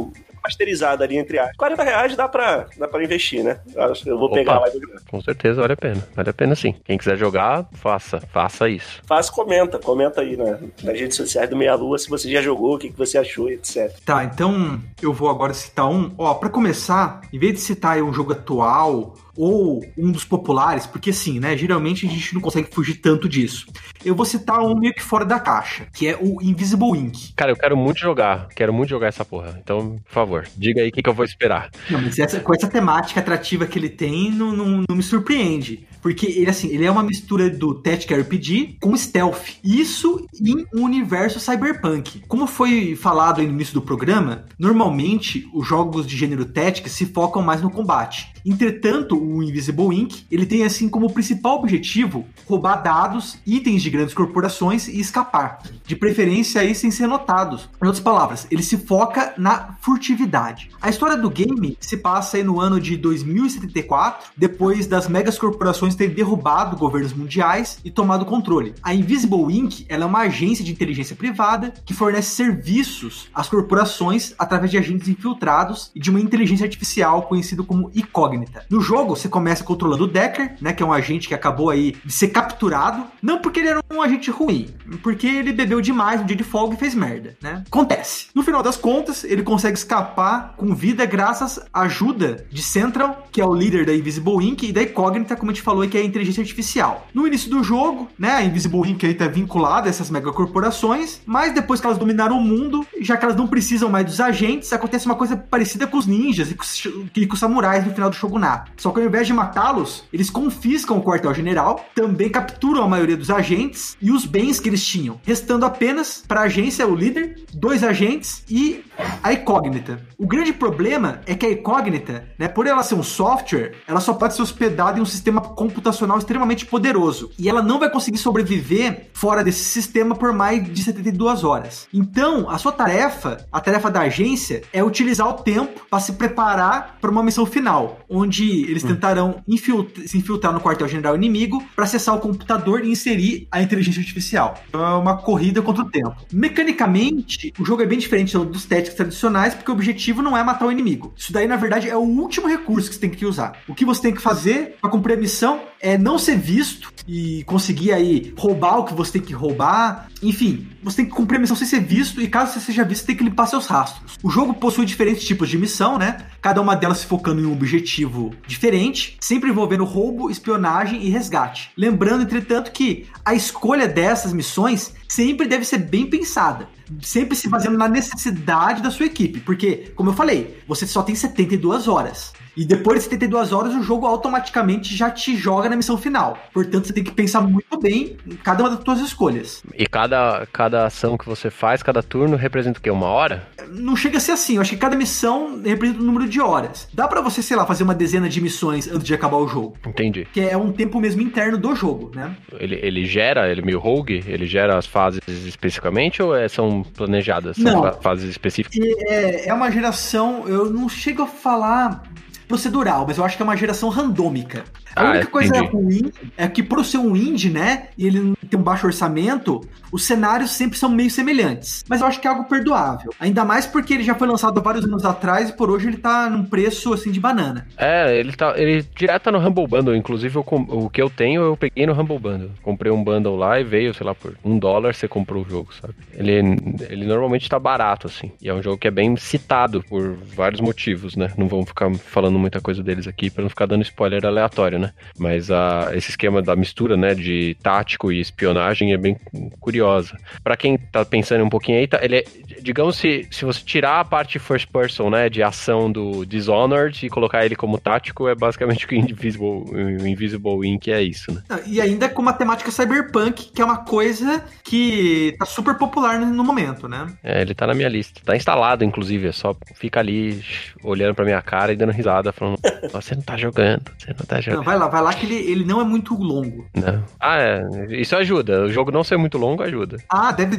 remasterizada ali, entre aspas. quarenta reais dá pra, dá pra investir, né? Eu vou pegar Opa, lá e vou... Com certeza vale a pena. Vale a pena sim. Quem quiser jogar, faça. Faça isso. Faz, comenta. Comenta aí né, nas redes sociais do Meia Lua se você já jogou, o que, que você achou, etcétera. Tá, então eu vou agora citar um. Ó, pra começar, em vez de citar aí um jogo atual ou um dos populares, porque assim, né, geralmente a gente não consegue fugir tanto disso. Eu vou citar um meio que fora da caixa, que é o Invisible Ink. Cara, eu quero muito jogar. Quero muito jogar essa porra. Então, por favor, diga aí o que, que eu vou esperar. Não, mas essa, com essa temática atrativa que ele tem, não, não, não me surpreende. Porque ele, assim, ele é uma mistura do Tactical R P G com stealth. Isso em um universo cyberpunk. Como foi falado aí no início do programa, normalmente os jogos de gênero Tactics se focam mais no combate. Entretanto, o Invisible Ink, ele tem assim como principal objetivo roubar dados, itens de grandes corporações e escapar. De preferência aí sem ser notados. Em outras palavras, ele se foca na furtividade. A história do game se passa aí no ano de dois mil e setenta e quatro, depois das megas corporações terem derrubado governos mundiais e tomado controle. A Invisible Ink, ela é uma agência de inteligência privada que fornece serviços às corporações através de agentes infiltrados e de uma inteligência artificial conhecida como incógnita. No jogo, você começa controlando o Decker, né, que é um agente que acabou aí de ser capturado, não porque ele era um agente ruim, porque ele bebeu demais no dia de folga e fez merda, né? Acontece. No final das contas, ele consegue escapar com vida graças à ajuda de Central, que é o líder da Invisible Ink, e da Incógnita, como a gente falou, que é a inteligência artificial. No início do jogo, né, a Invisible Ink aí tá vinculada a essas megacorporações, mas depois que elas dominaram o mundo, já que elas não precisam mais dos agentes, acontece uma coisa parecida com os ninjas e com os, e com os samurais no final do Shogunato. Só que ao invés de matá-los, eles confiscam o quartel-general, também capturam a maioria dos agentes e os bens que eles tinham, restando apenas para a agência o líder, dois agentes e a Incógnita. O grande problema é que a Incógnita, né, por ela ser um software, ela só pode ser hospedada em um sistema computacional extremamente poderoso. E ela não vai conseguir sobreviver fora desse sistema por mais de setenta e duas horas. Então, a sua tarefa, a tarefa da agência, é utilizar o tempo para se preparar para uma missão final, onde eles hum. tentarão infiltrar, se infiltrar no quartel-general inimigo para acessar o computador e inserir a inteligência artificial. Então, é uma corrida contra o tempo. Mecanicamente, o jogo é bem diferente dos Tactics tradicionais, porque o objetivo não é matar o inimigo. Isso daí, na verdade, é o último recurso que você tem que usar. O que você tem que fazer para cumprir a missão é não ser visto e conseguir aí roubar o que você tem que roubar. Enfim, você tem que cumprir a missão sem ser visto, e caso você seja visto, você tem que limpar seus rastros. O jogo possui diferentes tipos de missão, né? Cada uma delas se focando em um objetivo diferente, sempre envolvendo roubo, espionagem e resgate. Lembrando, entretanto, que a escolha dessas missões sempre deve ser bem pensada, sempre se baseando na necessidade da sua equipe, porque, como eu falei, você só tem setenta e duas horas. E depois de setenta e duas horas, o jogo automaticamente já te joga na missão final. Portanto, você tem que pensar muito bem em cada uma das suas escolhas. E cada, cada ação que você faz, cada turno, representa o quê? Uma hora? Não chega a ser assim. Eu acho que cada missão representa um número de horas. Dá pra você, sei lá, fazer uma dezena de missões antes de acabar o jogo. Entendi. Que é um tempo mesmo interno do jogo, né? Ele, ele gera, ele é meio rogue? Ele gera as fases especificamente ou é, são planejadas? São não. fases específicas? É, é uma geração... Eu não chego a falar... procedural, mas eu acho que é uma geração randômica. A ah, única coisa entendi. ruim é que, por ser um indie, né, e ele tem um baixo orçamento, os cenários sempre são meio semelhantes. Mas eu acho que é algo perdoável. Ainda mais porque ele já foi lançado há vários anos atrás e por hoje ele tá num preço, assim, de banana. É, ele tá ele direto tá no Humble Bundle. Inclusive, eu, o que eu tenho, eu peguei no Humble Bundle. Comprei um bundle lá e veio, sei lá, por um dólar você comprou o jogo, sabe? Ele, ele normalmente tá barato, assim. E é um jogo que é bem citado por vários motivos, né? Não vamos ficar falando muita coisa deles aqui pra não ficar dando spoiler aleatório, né? Mas a, esse esquema da mistura, né, de tático e espionagem é bem curiosa. Pra quem tá pensando um pouquinho aí, tá, ele é, digamos, se, se você tirar a parte first person, né, de ação do Dishonored e colocar ele como tático, é basicamente o que o Invisible, o Invisible Ink é isso, né? E ainda com uma temática cyberpunk, que é uma coisa que tá super popular no momento, né? É, ele tá na minha lista. Tá instalado, inclusive, é só fica ali olhando pra minha cara e dando risada, falando, você não tá jogando, você não tá jogando. Não, vai lá, vai lá que ele, ele não é muito longo. Não. Ah, é. Isso ajuda. O jogo não ser muito longo ajuda. Ah, deve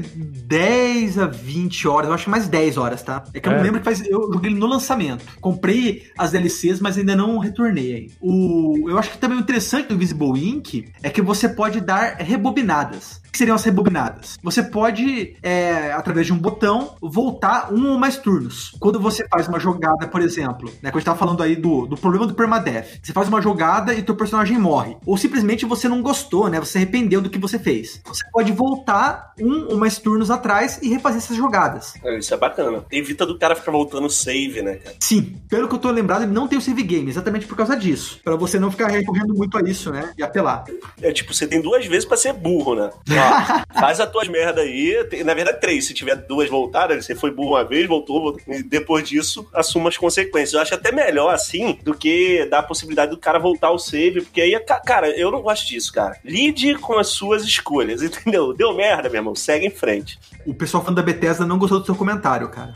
dez a vinte horas. Eu acho que mais dez horas, tá? É que eu é. não lembro que faz... Eu joguei ele no lançamento. Comprei as D L Cs, mas ainda não retornei aí. O... Eu acho que também o interessante do Invisible Ink é que você pode dar rebobinadas. O que seriam as rebobinadas? Você pode, é, através de um botão, voltar um ou mais turnos. Quando você faz uma jogada, por exemplo, né, quando a gente tava falando aí do, do problema do permadeath, você faz uma jogada e teu personagem morre. Ou simplesmente você não gostou, né? Você se arrependeu do que você fez. Você pode voltar um ou mais turnos atrás e refazer essas jogadas. Isso é bacana. Evita do cara ficar voltando save, né, cara? Sim. Pelo que eu tô lembrado, ele não tem o save game, exatamente por causa disso. Pra você não ficar recorrendo muito a isso, né? E apelar. É tipo, você tem duas vezes pra ser burro, né? Ó, faz as tuas merda aí. Tem, na verdade, três. Se tiver duas voltadas, você foi burro uma vez, voltou, voltou. E depois disso, assuma as consequências. Eu acho até melhor assim do que dar a possibilidade do cara voltar ao save, porque aí, cara, eu não gosto disso, cara. Lide com as suas escolhas, entendeu? Deu merda, meu irmão. Segue em frente. O pessoal falando da Bethesda não gostou do seu comentário, cara.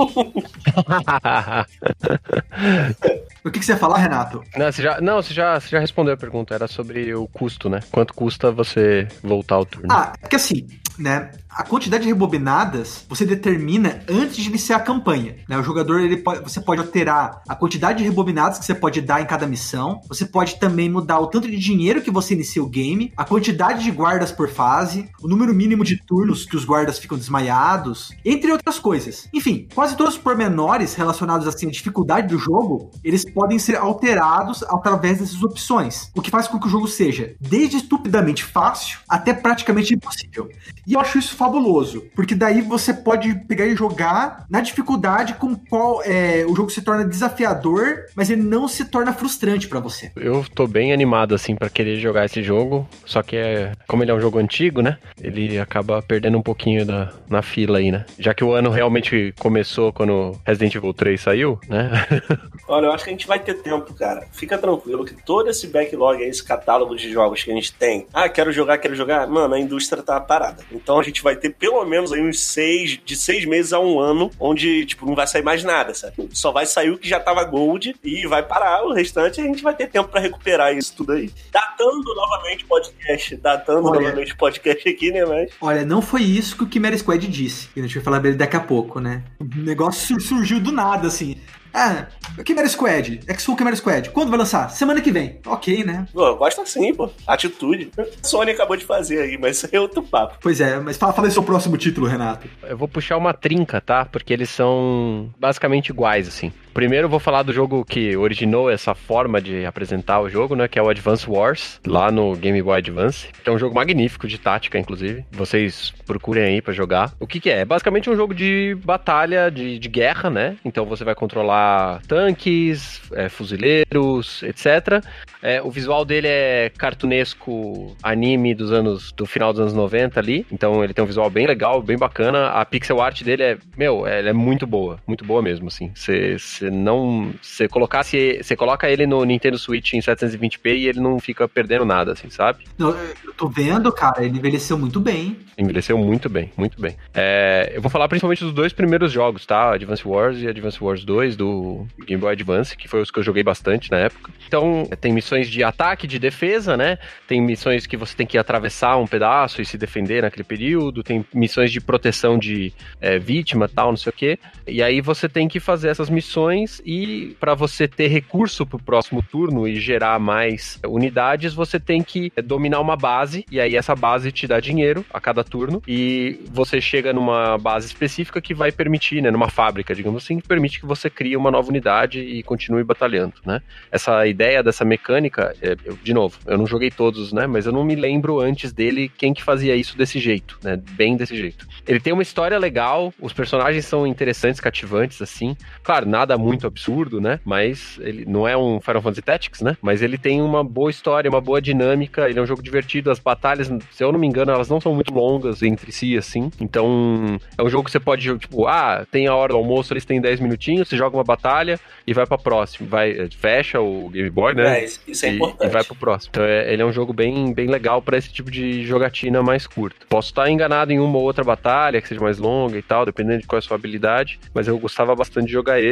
O que, que você ia falar, Renato? Não, você já, não, você já, você já respondeu a pergunta. Era sobre o custo, né? Quanto custa você voltar ao turno? Ah, é que assim, né? A quantidade de rebobinadas você determina antes de iniciar a campanha, né? O jogador, ele pode, você pode alterar a quantidade de rebobinadas que você pode dar em cada missão. Você pode também mudar o tanto de dinheiro que você inicia o game, a quantidade de guardas por fase, o número mínimo de turnos que os guardas ficam desmaiados, entre outras coisas. Enfim, quase todos os pormenores relacionados assim à dificuldade do jogo, eles podem ser alterados através dessas opções, o que faz com que o jogo seja desde estupidamente fácil até praticamente impossível. E eu acho isso fabuloso, porque daí você pode pegar e jogar na dificuldade com qual é, o jogo se torna desafiador, mas ele não se torna frustrante pra você. Eu tô bem animado, assim, pra querer jogar esse jogo, só que é, como ele é um jogo antigo, né, ele acaba perdendo um pouquinho da, na fila aí, né, já que o ano realmente começou quando Resident Evil três saiu, né. Olha, eu acho que a gente vai ter tempo, cara. Fica tranquilo que todo esse backlog, esse catálogo de jogos que a gente tem, ah, quero jogar, quero jogar, mano, a indústria tá parada. Então a gente vai ter pelo menos aí uns seis, de seis meses a um ano, onde, tipo, não vai sair mais nada, sabe? Só vai sair o que já tava gold e vai parar o restante, a gente vai ter tempo pra recuperar isso tudo aí. Datando novamente o podcast, datando Olha, novamente o podcast aqui, né, mas... Olha, não foi isso que o Chimera Squad disse, que a gente vai falar dele daqui a pouco, né? O negócio surgiu do nada, assim. Ah, Chimera Squad, X-Full Chimera Squad, quando vai lançar? Semana que vem. Ok, né? Pô, gosta assim, pô. Atitude. A Sony acabou de fazer aí, mas isso é outro papo. Pois é, mas fala, fala aí seu próximo título, Renato. Eu vou puxar uma trinca, tá? Porque eles são basicamente iguais, assim. Primeiro eu vou falar do jogo que originou essa forma de apresentar o jogo, né? Que é o Advance Wars, lá no Game Boy Advance. Que é um jogo magnífico, de tática, inclusive. Vocês procurem aí pra jogar. O que que é? É basicamente um jogo de batalha, de, de guerra, né? Então você vai controlar tanques, é, fuzileiros, etcétera. É, o visual dele é cartunesco, anime dos anos, do final dos anos noventa ali. Então ele tem um visual bem legal, bem bacana. A pixel art dele é, meu, ela é muito boa. Muito boa mesmo, assim. Você não... Você colocasse... Você coloca ele no Nintendo Switch em setecentos e vinte p e ele não fica perdendo nada, assim, sabe? Eu, eu tô vendo, cara, ele envelheceu muito bem. Envelheceu muito bem, muito bem. É, eu vou falar principalmente dos dois primeiros jogos, tá? Advance Wars e Advance Wars dois do Game Boy Advance, que foi os que eu joguei bastante na época. Então, tem missões de ataque, de defesa, né? Tem missões que você tem que atravessar um pedaço e se defender naquele período. Tem missões de proteção de é, vítima, tal, não sei o quê. E aí você tem que fazer essas missões e para você ter recurso pro próximo turno e gerar mais unidades, você tem que dominar uma base, e aí essa base te dá dinheiro a cada turno, e você chega numa base específica que vai permitir, né, numa fábrica, digamos assim, que permite que você crie uma nova unidade e continue batalhando, né? Essa ideia dessa mecânica, é, eu, de novo, eu não joguei todos, né, mas eu não me lembro antes dele quem que fazia isso desse jeito, né, bem desse jeito. Ele tem uma história legal, os personagens são interessantes, cativantes, assim, claro, nada muito absurdo, né, mas ele não é um Final Fantasy Tactics, né, mas ele tem uma boa história, uma boa dinâmica, ele é um jogo divertido, as batalhas, se eu não me engano, elas não são muito longas entre si, assim, então é um jogo que você pode, tipo, ah, tem a hora do almoço, eles têm dez minutinhos, você joga uma batalha e vai pra próxima, vai, fecha o Game Boy, né, é, isso é e, importante. E vai pro próximo. Então é, ele é um jogo bem, bem legal pra esse tipo de jogatina mais curta. Posso estar enganado em uma ou outra batalha que seja mais longa e tal, dependendo de qual é a sua habilidade, mas eu gostava bastante de jogar ele. E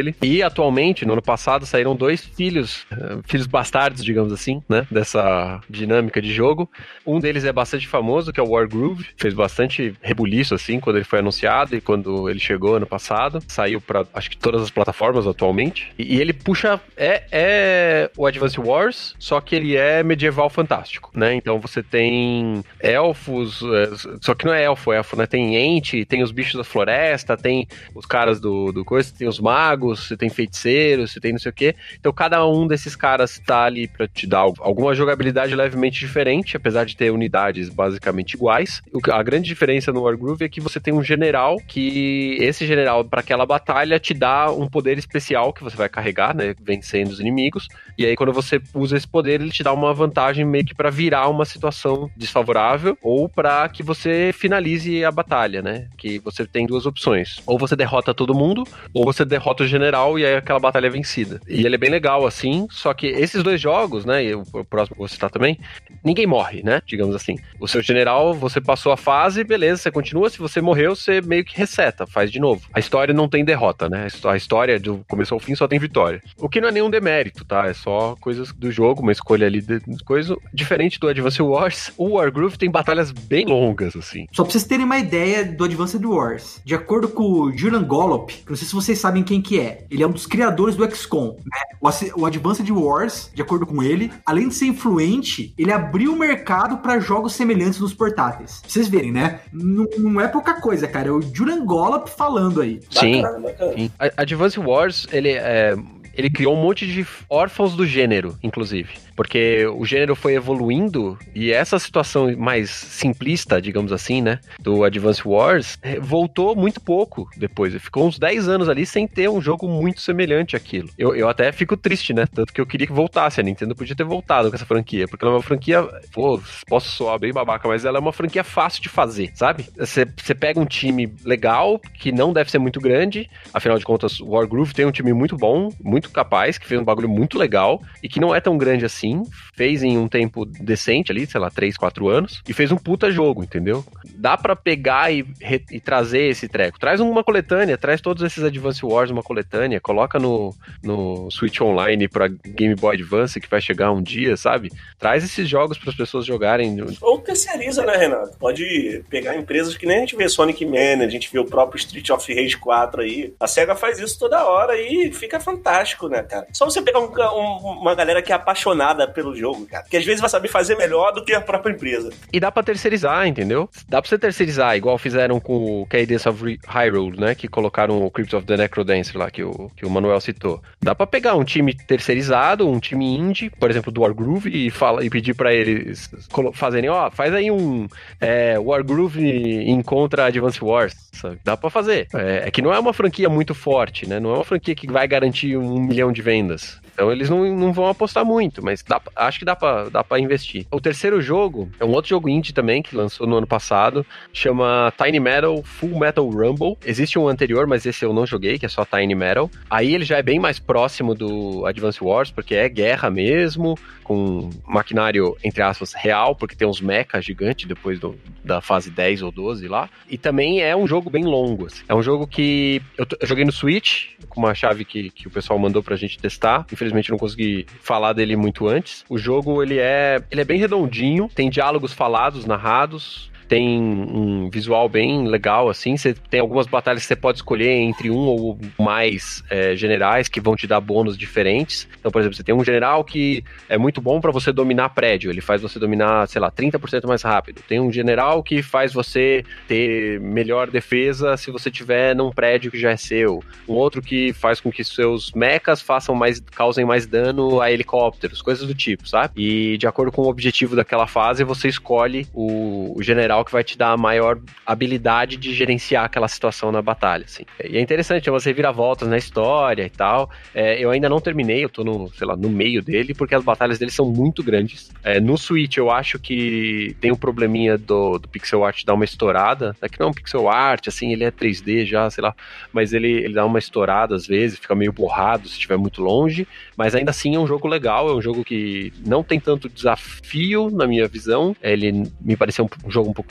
E atualmente, no ano passado, saíram dois filhos, filhos bastardos, digamos assim, né? Dessa dinâmica de jogo. Um deles é bastante famoso, que é o Wargroove. Fez bastante rebuliço, assim, quando ele foi anunciado e quando ele chegou ano passado. Saiu pra, acho que todas as plataformas atualmente. E, e ele puxa... É, é o Advance Wars, só que ele é medieval fantástico, né? Então você tem elfos, só que não é elfo, é elfo, né? Tem ente, tem os bichos da floresta, tem os caras do, do coisa, tem os magos, você tem feiticeiros, você tem não sei o quê. Então cada um desses caras tá ali pra te dar alguma jogabilidade levemente diferente, apesar de ter unidades basicamente iguais. A grande diferença no Wargroove é que você tem um general, que esse general, para aquela batalha, te dá um poder especial que você vai carregar, né? Vencendo os inimigos. E aí quando você usa esse poder, ele te dá uma vantagem meio que pra virar uma situação desfavorável ou pra que você finalize a batalha, né? Que você tem duas opções. Ou você derrota todo mundo, ou você derrota o general e aí aquela batalha é vencida. E ele é bem legal, assim, só que esses dois jogos, né, e o próximo que eu vou citar também, ninguém morre, né, digamos assim. O seu general, você passou a fase, beleza, você continua, se você morreu, você meio que reseta, faz de novo. A história não tem derrota, né, a história do começo ao fim só tem vitória. O que não é nenhum demérito, tá, é só coisas do jogo, uma escolha ali de coisa. Diferente do Advance Wars, o Wargroove tem batalhas bem longas, assim. Só pra vocês terem uma ideia do Advanced Wars, de acordo com o Julian Gollop, que não sei se vocês sabem quem que é, ele é um dos criadores do X COM, né? O Advanced Wars, de acordo com ele, além de ser influente, ele abriu o mercado para jogos semelhantes nos portáteis. Pra vocês verem, né? Não, não é pouca coisa, cara. É o Julian Gollop falando aí. Sim. Sim. Advanced Wars, ele é... Ele criou um monte de órfãos do gênero, inclusive. Porque o gênero foi evoluindo e essa situação mais simplista, digamos assim, né, do Advance Wars, voltou muito pouco depois. Ficou uns dez anos ali sem ter um jogo muito semelhante àquilo. Eu, eu até fico triste, né? Tanto que eu queria que voltasse. A Nintendo podia ter voltado com essa franquia. Porque ela é uma franquia... Pô, posso soar bem babaca, mas ela é uma franquia fácil de fazer, sabe? Você, você pega um time legal, que não deve ser muito grande. Afinal de contas, o Wargroove tem um time muito bom, muito capaz, que fez um bagulho muito legal e que não é tão grande assim. Fez em um tempo decente ali, sei lá, três, quatro anos, e fez um puta jogo, entendeu? Dá pra pegar e, re, e trazer esse treco. Traz uma coletânea, traz todos esses Advance Wars numa coletânea, coloca no, no Switch Online pra Game Boy Advance, que vai chegar um dia, sabe? Traz esses jogos pras pessoas jogarem. Ou terceiriza, né, Renato? Pode pegar empresas que nem a gente vê Sonic Man, a gente vê o próprio Street of Rage quatro aí. A SEGA faz isso toda hora e fica fantástico, né, cara? Só você pegar um, um, uma galera que é apaixonada pelo jogo, cara. Que às vezes vai saber fazer melhor do que a própria empresa. E dá pra terceirizar, entendeu? Dá pra você terceirizar, igual fizeram com o Cadence of Hyrule, né? Que colocaram o Crypt of the Necrodancer lá, que o, que o Manuel citou. Dá pra pegar um time terceirizado, um time indie, por exemplo, do Wargroove, e, fala, e pedir pra eles fazerem, ó, faz aí um é, Wargroove encontra Advance Wars, sabe? Dá pra fazer. É, é que não é uma franquia muito forte, né? Não é uma franquia que vai garantir um milhão de vendas. Então eles não, não vão apostar muito, mas dá, acho que dá pra, dá pra investir. O terceiro jogo é um outro jogo indie também, que lançou no ano passado, chama Tiny Metal Full Metal Rumble. Existe um anterior, mas esse eu não joguei, que é só Tiny Metal. Aí ele já é bem mais próximo do Advance Wars, porque é guerra mesmo, com maquinário, entre aspas, real, porque tem uns mechas gigantes depois do, da fase dez ou doze lá. E também é um jogo bem longo, assim. É um jogo que eu, eu joguei no Switch, com uma chave que, que o pessoal mandou pra gente testar. Infelizmente não consegui falar dele muito antes. O jogo, ele é, ele é bem redondinho, tem diálogos falados, narrados, tem um visual bem legal, assim. Você tem algumas batalhas que você pode escolher entre um ou mais é, generais que vão te dar bônus diferentes. Então, por exemplo, você tem um general que é muito bom pra você dominar prédio. Ele faz você dominar, sei lá, trinta por cento mais rápido. Tem um general que faz você ter melhor defesa se você tiver num prédio que já é seu. Um outro que faz com que seus mechas façam mais, causem mais dano a helicópteros, coisas do tipo, sabe? E de acordo com o objetivo daquela fase, você escolhe o, o general que vai te dar a maior habilidade de gerenciar aquela situação na batalha, assim. E é interessante, é umas reviravoltas na história e tal. É, eu ainda não terminei, eu tô no, sei lá, no meio dele, porque as batalhas dele são muito grandes. É, no Switch, eu acho que tem um probleminha do, do pixel art dar uma estourada. É que não é um pixel art, assim, ele é três D já, sei lá, mas ele, ele dá uma estourada às vezes, fica meio borrado se estiver muito longe, mas ainda assim é um jogo legal, é um jogo que não tem tanto desafio, na minha visão. Ele me pareceu um, um jogo um pouco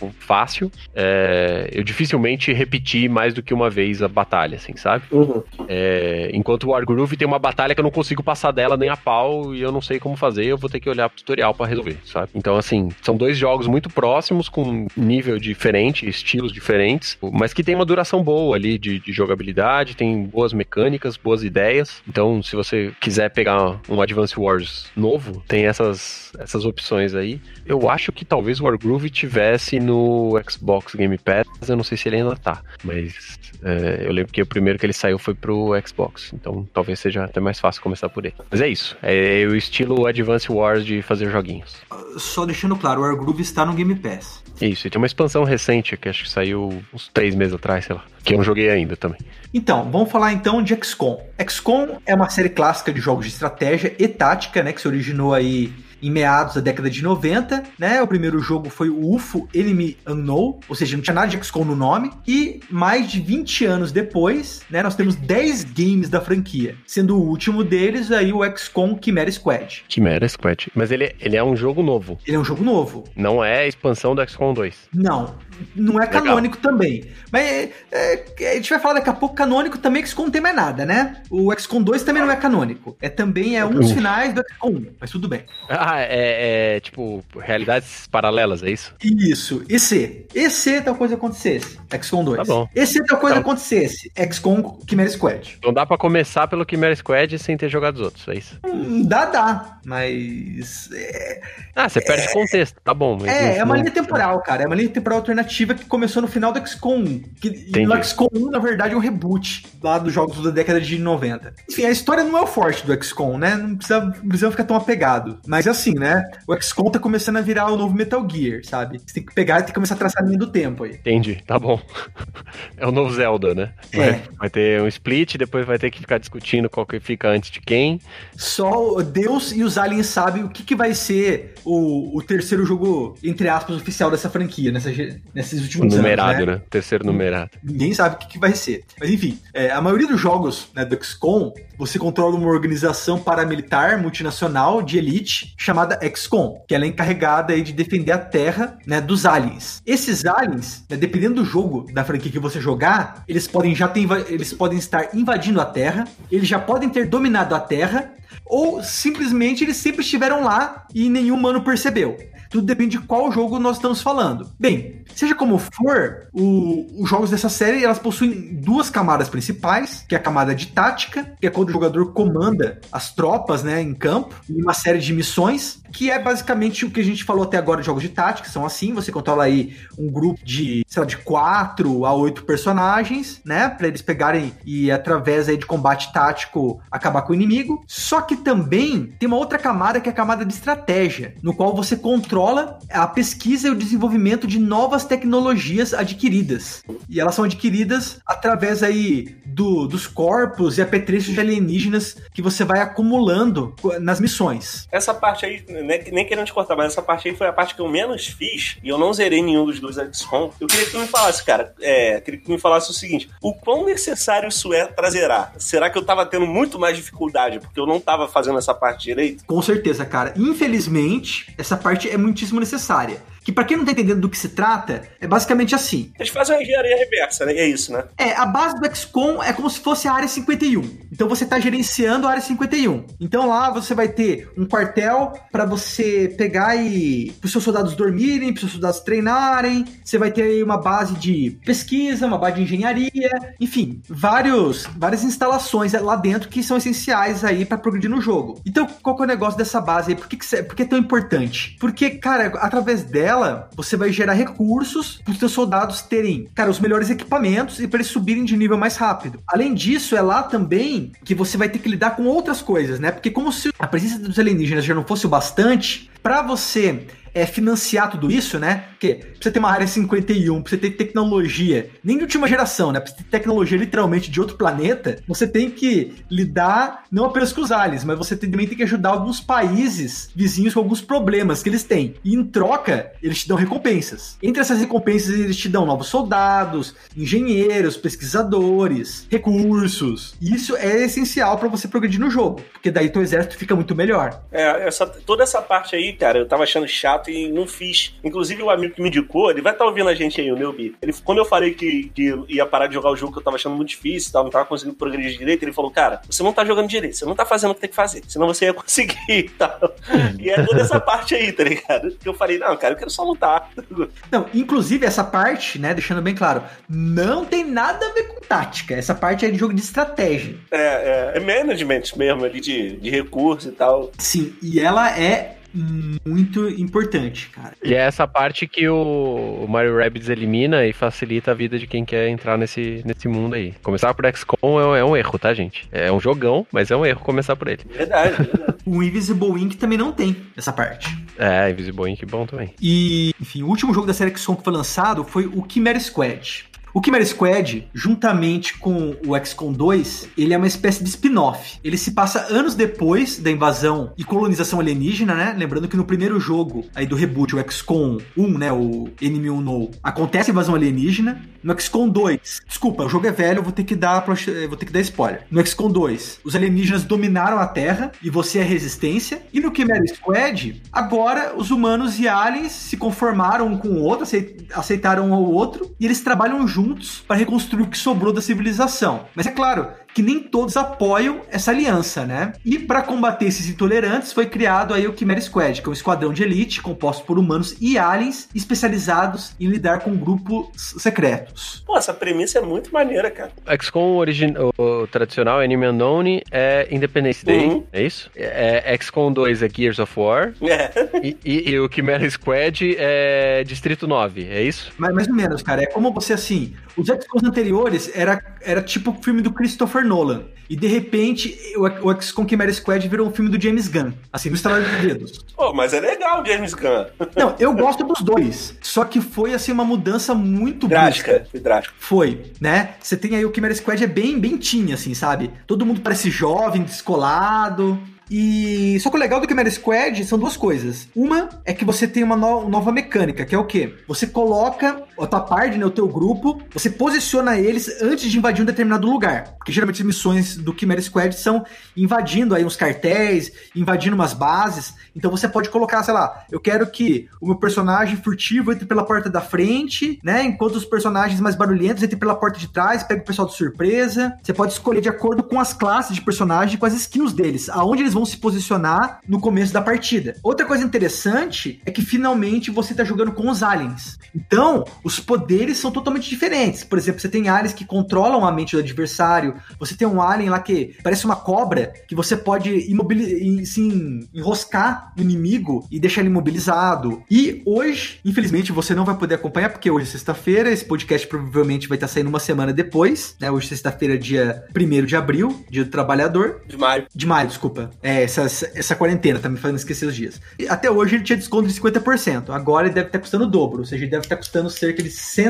tipo, fácil. É, eu dificilmente repeti mais do que uma vez a batalha, assim, sabe? Uhum. É, enquanto o Wargroove tem uma batalha que eu não consigo passar dela nem a pau e eu não sei como fazer, eu vou ter que olhar pro tutorial pra resolver, sabe? Então, assim, são dois jogos muito próximos, com nível diferente, estilos diferentes, mas que tem uma duração boa ali de, de jogabilidade, tem boas mecânicas, boas ideias. Então, se você quiser pegar um Advance Wars novo, tem essas, essas opções aí. Eu acho que talvez o Wargroove tivesse no Xbox Game Pass, eu não sei se ele ainda tá, mas é, eu lembro que o primeiro que ele saiu foi pro Xbox, então talvez seja até mais fácil começar por ele. Mas é isso, é o estilo Advance Wars de fazer joguinhos. Só deixando claro, o Wargroove está no Game Pass. Isso, e tem uma expansão recente, que acho que saiu uns três meses atrás, sei lá, que eu não joguei ainda também. Então, vamos falar então de X COM. X COM é uma série clássica de jogos de estratégia e tática, né, que se originou aí em meados da década de noventa, né? O primeiro jogo foi o U F O Enemy Unknown, ou seja, não tinha nada de X COM no nome, e mais de vinte anos depois, né, nós temos dez games da franquia, sendo o último deles aí o X COM Chimera Squad. Chimera Squad, mas ele, ele é um jogo novo. Ele é um jogo novo. Não é a expansão do X COM dois. Não, não é Legal. Canônico também. Mas é, é, a gente vai falar daqui a pouco, canônico também, X COM não tem mais nada, né? O X COM dois também não é canônico. É também é um dos finais do X COM um, mas tudo bem. Ah, é, é tipo realidades paralelas, é isso? Isso, E C. E C tal coisa acontecesse, X COM dois. Tá bom. E C tal coisa Então- acontecesse, X COM Chimera Squad. Então dá pra começar pelo Chimera Squad sem ter jogado os outros, é isso? Hum, Dá, dá, mas... É, Ah, você perde contexto, tá bom. Mas é, não- é uma não- linha temporal, cara. É uma linha temporal alternativa que começou no final do X COM um. Que, e Entendi. o X COM um, na verdade, é um reboot lá dos jogos da década de noventa. Enfim, a história não é o forte do X COM, né? Não precisa, não precisa ficar tão apegado. Mas assim, né? O X COM tá começando a virar o novo Metal Gear, sabe? Você tem que pegar e tem que começar a traçar a linha do tempo aí. Entendi, tá bom. É o novo Zelda, né? É. Vai, vai ter um split, depois vai ter que ficar discutindo qual que fica antes de quem. Só Deus e os aliens sabem o que, que vai ser o, o terceiro jogo, entre aspas, oficial dessa franquia, nessa, ge- nesses últimos Numerado, anos, né? né? Terceiro numerado. Ninguém sabe o que, que vai ser. Mas enfim, é, a maioria dos jogos, né, do X COM, você controla uma organização paramilitar multinacional de elite chamada X COM, que ela é encarregada aí de defender a Terra, né, dos aliens. Esses aliens, né, dependendo do jogo, da franquia que você jogar, eles podem já ter, inva- eles podem estar invadindo a Terra, eles já podem ter dominado a Terra, ou simplesmente eles sempre estiveram lá e nenhum humano percebeu. Tudo depende de qual jogo nós estamos falando. Bem, seja como for, o- os jogos dessa série, elas possuem duas camadas principais, que é a camada de tática, que é quando o jogador comanda as tropas, né, em campo, e uma série de missões, que é basicamente o que a gente falou até agora de jogos de tática, são assim, você controla aí um grupo de, sei lá, de quatro a oito personagens, né, pra eles pegarem e através aí de combate tático acabar com o inimigo. Só que também tem uma outra camada que é a camada de estratégia, no qual você controla a pesquisa e o desenvolvimento de novas tecnologias adquiridas. E elas são adquiridas através aí do, dos corpos e apetrechos de alienígenas que você vai acumulando nas missões. Essa parte aí, né, nem querendo te cortar, mas essa parte aí foi a parte que eu menos fiz e eu não zerei nenhum dos dois X COM. Eu queria que tu me falasse, cara, é, queria que tu me falasse o seguinte: o quão necessário isso é pra zerar? Será que eu tava tendo muito mais dificuldade porque eu não tava fazendo essa parte direito? Com certeza, cara. Infelizmente, essa parte é muitíssimo necessária. Que pra quem não tá entendendo do que se trata, é basicamente assim. Eles fazem uma engenharia reversa, né? É isso, né? É, a base do X COM é como se fosse a área cinquenta e um. Então você tá gerenciando a área cinquenta e um. Então lá você vai ter um quartel pra você pegar e pros seus soldados dormirem, pros seus soldados treinarem. Você vai ter aí uma base de pesquisa, uma base de engenharia, enfim, vários, várias instalações lá dentro que são essenciais aí pra progredir no jogo. Então, qual que é o negócio dessa base aí? Por que, que, cê- por que é tão importante? Porque, cara, através dela você vai gerar recursos para os seus soldados terem, cara, os melhores equipamentos e para eles subirem de nível mais rápido. Além disso, é lá também que você vai ter que lidar com outras coisas, né? Porque como se a presença dos alienígenas já não fosse o bastante, para você é, financiar tudo isso, né? Porque pra você ter uma área cinquenta e um, pra você ter tecnologia, nem de última geração, né? Pra você ter tecnologia literalmente de outro planeta, você tem que lidar não apenas com os aliens, mas você também tem que ajudar alguns países vizinhos com alguns problemas que eles têm. E em troca, eles te dão recompensas. Entre essas recompensas, eles te dão novos soldados, engenheiros, pesquisadores, recursos. E isso é essencial pra você progredir no jogo, porque daí teu exército fica muito melhor. É, essa, toda essa parte aí, cara, eu tava achando chato chato e não fiz. Inclusive, o amigo que me indicou, ele vai estar ouvindo a gente aí, o Neubi. Ele, quando eu falei que, que ia parar de jogar o jogo que eu tava achando muito difícil, tal, não tava conseguindo progredir direito, ele falou, cara, você não tá jogando direito, você não tá fazendo o que tem que fazer, senão você ia conseguir e tal. E é toda essa parte aí, tá ligado? Que eu falei, não, cara, eu quero só lutar. Não, inclusive essa parte, né, deixando bem claro, não tem nada a ver com tática. Essa parte é de jogo de estratégia. É, é, é management mesmo, ali de, de recurso e tal. Sim, e ela é muito importante, cara. E é essa parte que o Mario Rabbids elimina e facilita a vida de quem quer entrar nesse, nesse mundo aí. Começar por X COM é, é um erro, tá, gente? É um jogão, mas é um erro começar por ele. Verdade, verdade. O Invisible Ink também não tem essa parte. É, Invisible Ink bom também. E, enfim, o último jogo da série X COM que foi lançado foi o Chimera Squad. O Chimera Squad, juntamente com o X COM dois, ele é uma espécie de spin-off. Ele se passa anos depois da invasão e colonização alienígena, né? Lembrando que no primeiro jogo aí do reboot, o X COM um, né? O Enemy Unknown, acontece a invasão alienígena. No X COM dois, desculpa, o jogo é velho, eu vou ter que dar, vou ter que dar spoiler. No X COM dois, os alienígenas dominaram a Terra e você é a resistência. E no Chimera Squad, agora os humanos e aliens se conformaram um com o outro, aceitaram um ao outro, e eles trabalham juntos para reconstruir o que sobrou da civilização. Mas é claro que nem todos apoiam essa aliança, né? E para combater esses intolerantes foi criado aí o Chimera Squad, que é um esquadrão de elite composto por humanos e aliens especializados em lidar com grupos secretos. Pô, essa premissa é muito maneira, cara. X COM origin... o tradicional Enemy Unknown é Independence Day, uhum. É isso? É, X COM dois é Gears of War é. e, e, e o Chimera Squad é Distrito nove, é isso? Mais, mais ou menos, cara. É como você, assim, os X COMs anteriores era, era tipo o filme do Christopher Nolan. E de repente, o, o X COM Chimera Squad virou um filme do James Gunn. Assim, no estalar de dedos. Pô, mas é legal o James Gunn. Não, eu gosto dos dois. Só que foi, assim, uma mudança muito drástica. brusca. Foi drástica. Foi, né? Você tem aí o Chimera Squad é bem, bem teen, assim, sabe? Todo mundo parece jovem, descolado. E só que o legal do Chimera Squad são duas coisas. Uma é que você tem uma no- nova mecânica, que é o quê? Você coloca a tua party, né, o teu grupo, você posiciona eles antes de invadir um determinado lugar. Porque geralmente as missões do Chimera Squad são invadindo aí uns cartéis, invadindo umas bases. Então você pode colocar, sei lá, eu quero que o meu personagem furtivo entre pela porta da frente, né? Enquanto os personagens mais barulhentos entrem pela porta de trás, pega o pessoal de surpresa. Você pode escolher de acordo com as classes de personagem, com as skills deles, aonde eles vão se posicionar no começo da partida. Outra coisa interessante é que finalmente você tá jogando com os aliens. Então, os poderes são totalmente diferentes. Por exemplo, você tem aliens que controlam a mente do adversário, você tem um alien lá que parece uma cobra, que você pode imobilizar, sim, enroscar o inimigo e deixar ele imobilizado. E hoje, infelizmente, você não vai poder acompanhar, porque hoje é sexta-feira, esse podcast provavelmente vai estar saindo uma semana depois, né? Hoje, sexta-feira, dia primeiro de abril, dia do trabalhador. De maio. De maio, desculpa. É, essa, essa quarentena tá me fazendo esquecer os dias. E até hoje ele tinha desconto de cinquenta por cento. Agora ele deve estar custando o dobro, ou seja, ele deve estar custando cerca de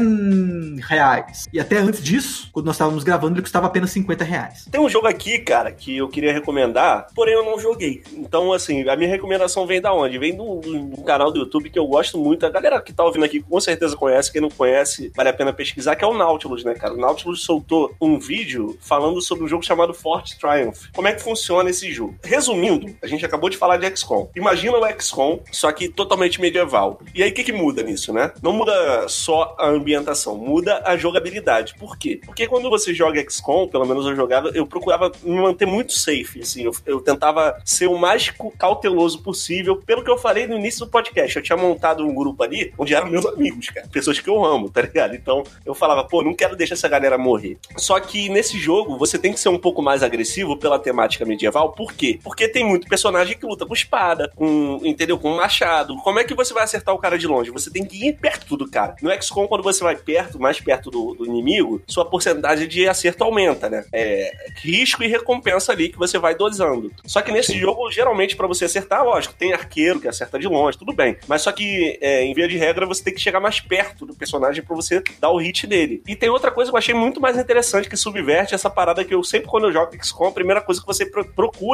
cem reais. E até antes disso, quando nós estávamos gravando, ele custava apenas cinquenta reais. Tem um jogo aqui, cara, que eu queria recomendar, porém eu não joguei. Então, assim, a minha recomendação vem da onde? Vem do, do, do canal do YouTube que eu gosto muito. A galera que tá ouvindo aqui com certeza conhece. Quem não conhece, vale a pena pesquisar, que é o Nautilus, né, cara? O Nautilus soltou um vídeo falando sobre um jogo chamado Fort Triumph. Como é que funciona esse jogo? Resumindo, a gente acabou de falar de X COM. Imagina o X COM, só que totalmente medieval. E aí, o que que muda nisso, né? Não muda só a ambientação, muda a jogabilidade. Por quê? Porque quando você joga X COM, pelo menos eu jogava, eu procurava me manter muito safe, assim. Eu, eu tentava ser o mais cauteloso possível. Pelo que eu falei no início do podcast, eu tinha montado um grupo ali, onde eram meus amigos, cara. Pessoas que eu amo, tá ligado? Então, eu falava, pô, não quero deixar essa galera morrer. Só que nesse jogo, você tem que ser um pouco mais agressivo pela temática medieval. Por quê? Porque tem muito personagem que luta com espada, com, entendeu? Com machado. Como é que você vai acertar o cara de longe? Você tem que ir perto do cara. No X COM, quando você vai perto, mais perto do, do inimigo, sua porcentagem de acerto aumenta, né? É risco e recompensa ali que você vai dosando. Só que nesse jogo, geralmente, pra você acertar, lógico, tem arqueiro que acerta de longe, tudo bem. Mas só que, é, em via de regra, você tem que chegar mais perto do personagem pra você dar o hit nele. E tem outra coisa que eu achei muito mais interessante, que subverte essa parada que eu sempre, quando eu jogo X COM, a primeira coisa que você pro- procura é um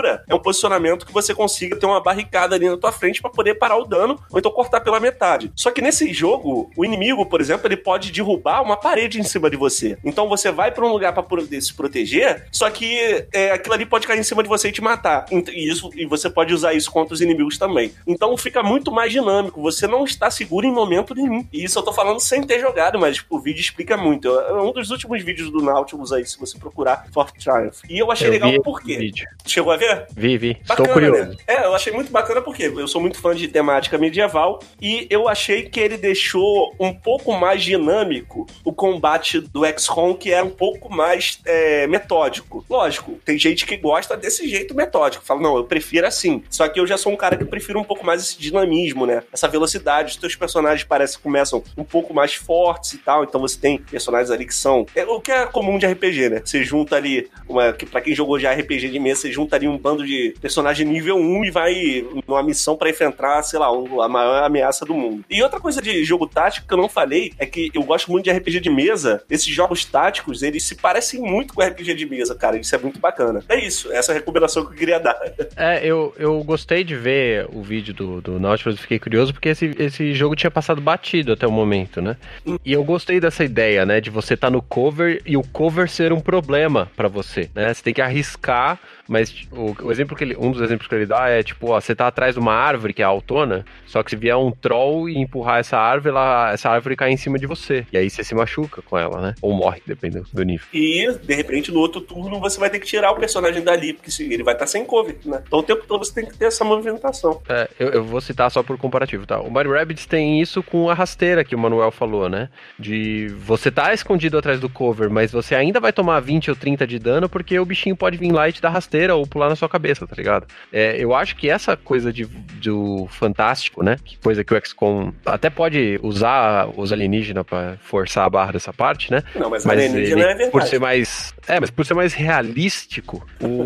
posicionamento que você consiga ter uma barricada ali na tua frente pra poder parar o dano, ou então cortar pela metade. Só que nesse jogo, o inimigo, por exemplo, ele pode derrubar uma parede em cima de você. Então você vai pra um lugar pra poder se proteger, só que é, aquilo ali pode cair em cima de você e te matar. E, isso, e você pode usar isso contra os inimigos também. Então fica muito mais dinâmico. Você não está seguro em momento nenhum. E isso eu tô falando sem ter jogado, mas tipo, o vídeo explica muito. É um dos últimos vídeos do Nautilus aí, se você procurar, Fourth Triumph. E eu achei eu legal por quê? Chegou a ver? Vi, vi. Bacana, Estou curioso. Né? É, eu achei muito bacana porque eu sou muito fã de temática medieval e eu achei que ele deixou um pouco mais dinâmico o combate do X COM, que era um pouco mais é, metódico. Lógico, tem gente que gosta desse jeito metódico. Fala, não, eu prefiro assim. Só que eu já sou um cara que prefiro um pouco mais esse dinamismo, né? Essa velocidade. Os teus personagens parecem que começam um pouco mais fortes e tal. Então você tem personagens ali que são... É, o que é comum de R P G, né? Você junta ali, uma, que, pra quem jogou já R P G de mesa, você junta ali um bando de personagem nível um e vai numa missão pra enfrentar, sei lá, um, a maior ameaça do mundo. E outra coisa de jogo tático que eu não falei é que eu gosto muito de R P G de mesa. Esses jogos táticos, eles se parecem muito com R P G de mesa, cara. Isso é muito bacana. É isso. Essa é a recomendação que eu queria dar. É, eu, eu gostei de ver o vídeo do, do Nautilus, fiquei curioso porque esse, esse jogo tinha passado batido até o momento, né? Hum. E eu gostei dessa ideia, né? De você estar tá no cover e o cover ser um problema pra você, né? Você tem que arriscar, mas o, o exemplo que ele, um dos exemplos que ele dá é tipo, ó, você tá atrás de uma árvore que é autona, só que se vier um troll e empurrar essa árvore, ela, essa árvore cai em cima de você. E aí você se machuca com ela, né? Ou morre, dependendo do nível. E, de repente, no outro turno, você vai ter que tirar o personagem dali, porque ele vai estar tá sem cover, né? Então o tempo todo você tem que ter essa movimentação. É, eu, eu vou citar só por comparativo, tá? O Mario Rabbids tem isso com a rasteira que o Manuel falou, né? De você tá escondido atrás do cover, mas você ainda vai tomar vinte ou trinta de dano porque o bichinho pode vir lá e te dar rasteira ou pular na sua cabeça, tá ligado? É, eu acho que essa coisa de, do fantástico, né? Que coisa que o X COM até pode usar os alienígenas pra forçar a barra dessa parte, né? Não, mas, mas alienígena ele, é verdade. Por ser mais... É, mas por ser mais realístico,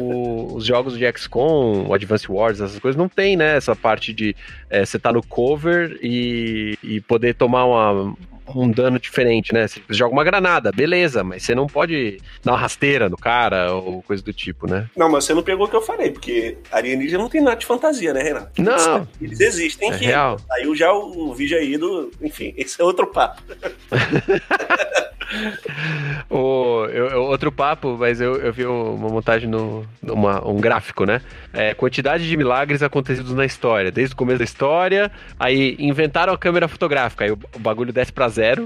o, os jogos de X COM, o Advance Wars, essas coisas, não tem, né? Essa parte de é, você tá no cover e, e poder tomar uma... um dano diferente, né? Você joga uma granada, beleza, mas você não pode dar uma rasteira no cara ou coisa do tipo, né? Não, mas você não pegou o que eu falei, porque alienígena não tem nada de fantasia, né, Renato? Não. Eles existem. É que real. Saiu já o, o vídeo aí do... Enfim, esse é outro papo. o, eu, outro papo, mas eu, eu vi uma montagem no, numa, um gráfico, né? É, quantidade de milagres acontecidos na história, desde o começo da história, aí inventaram a câmera fotográfica, aí o, o bagulho desce pra zero.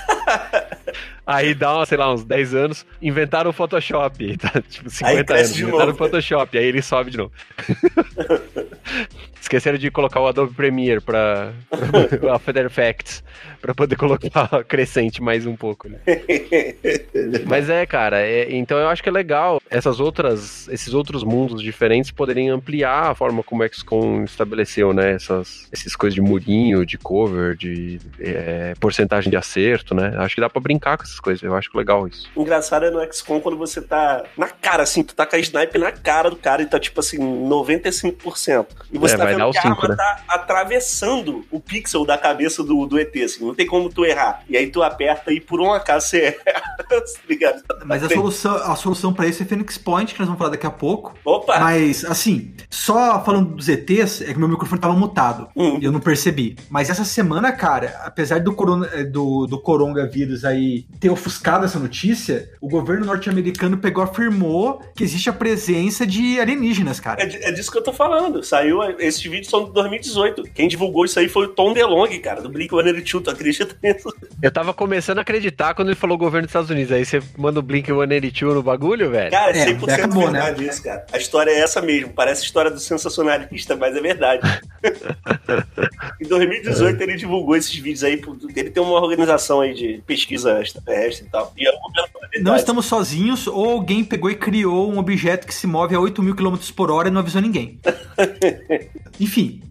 Aí dá, sei lá, uns dez anos, inventaram o Photoshop, tá? Tipo, cinquenta anos, inventaram novo, o Photoshop, aí ele sobe de novo. Esqueceram de colocar o Adobe Premiere pra, pra o After Effects, pra poder colocar crescente mais um pouco, né? Mas é, cara, é, então eu acho que é legal essas outras, esses outros mundos diferentes poderem ampliar a forma como o X COM estabeleceu, né? Essas, essas coisas de murinho, de cover, de é, porcentagem de acerto, né? Acho que dá pra brincar com essas coisas, eu acho legal isso. Engraçado é no X COM quando você tá na cara, assim, tu tá com a snipe na cara do cara e tá tipo assim, noventa e cinco por cento. E você é, tá vendo que a cinco, arma né? tá atravessando o pixel da cabeça do, do E T, assim, não tem como tu errar. E aí tu aperta e por um acaso você erra. Ligado? Mas a solução, a solução pra isso é Phoenix Point, que nós vamos falar daqui a pouco. Opa! Mas, assim, só falando dos E Tês, é que meu microfone tava mutado. Hum. E eu não percebi. Mas essa semana, cara, apesar do, corona, do, do coronavírus aí ter ofuscado essa notícia, o governo norte-americano pegou e afirmou que existe a presença de alienígenas, cara. É, é disso que eu tô falando. Saiu, esses vídeos são de dois mil e dezoito. Quem divulgou isso aí foi o Tom DeLonge, cara, do Blink one eighty-two. Tu acredita nisso? Eu tava começando a acreditar quando ele falou governo dos Estados Unidos. Aí você manda o Blink one eighty-two no bagulho, velho? Cara, é cem por cento é, acabou, verdade, né? Isso, cara. A história é essa mesmo. Parece a história do sensacionalista, mas é verdade. Em dois mil e dezoito é. ele divulgou esses vídeos aí. Ele tem uma organização aí de pesquisa extraterrestre e tal. E é não estamos sozinhos, ou alguém pegou e criou um objeto que se move a oito mil quilômetros por hora e não avisou ninguém. Enfim,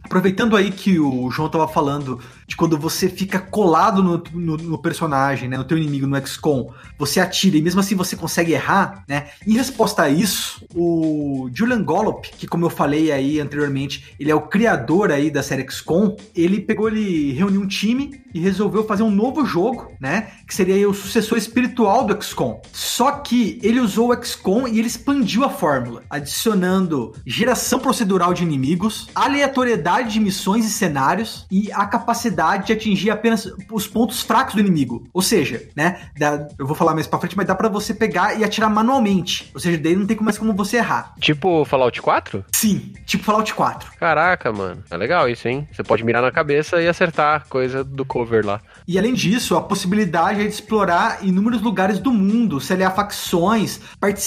aproveitando aí que o João tava falando de quando você fica colado no, no, no personagem, né, no teu inimigo, no X COM, você atira e mesmo assim você consegue errar, né? Em resposta a isso, o Julian Gollop, que como eu falei aí anteriormente, ele é o criador aí da série X COM, ele pegou, ele reuniu um time e resolveu fazer um novo jogo, né, que seria aí o sucessor espiritual do X COM. Só que ele usou o X COM e ele expandiu a fórmula, adicionando geração procedural de inimigos, aleatoriedade de missões e cenários e a capacidade de atingir apenas os pontos fracos do inimigo. Ou seja, né, dá, eu vou falar mais pra frente, mas dá pra você pegar e atirar manualmente. Ou seja, daí não tem mais como você errar. Tipo Fallout quatro? Sim, tipo Fallout quatro. Caraca, mano. É legal isso, hein? Você pode mirar na cabeça e acertar coisa do cover lá. E além disso, a possibilidade é de explorar inúmeros lugares do mundo, se aliar facções,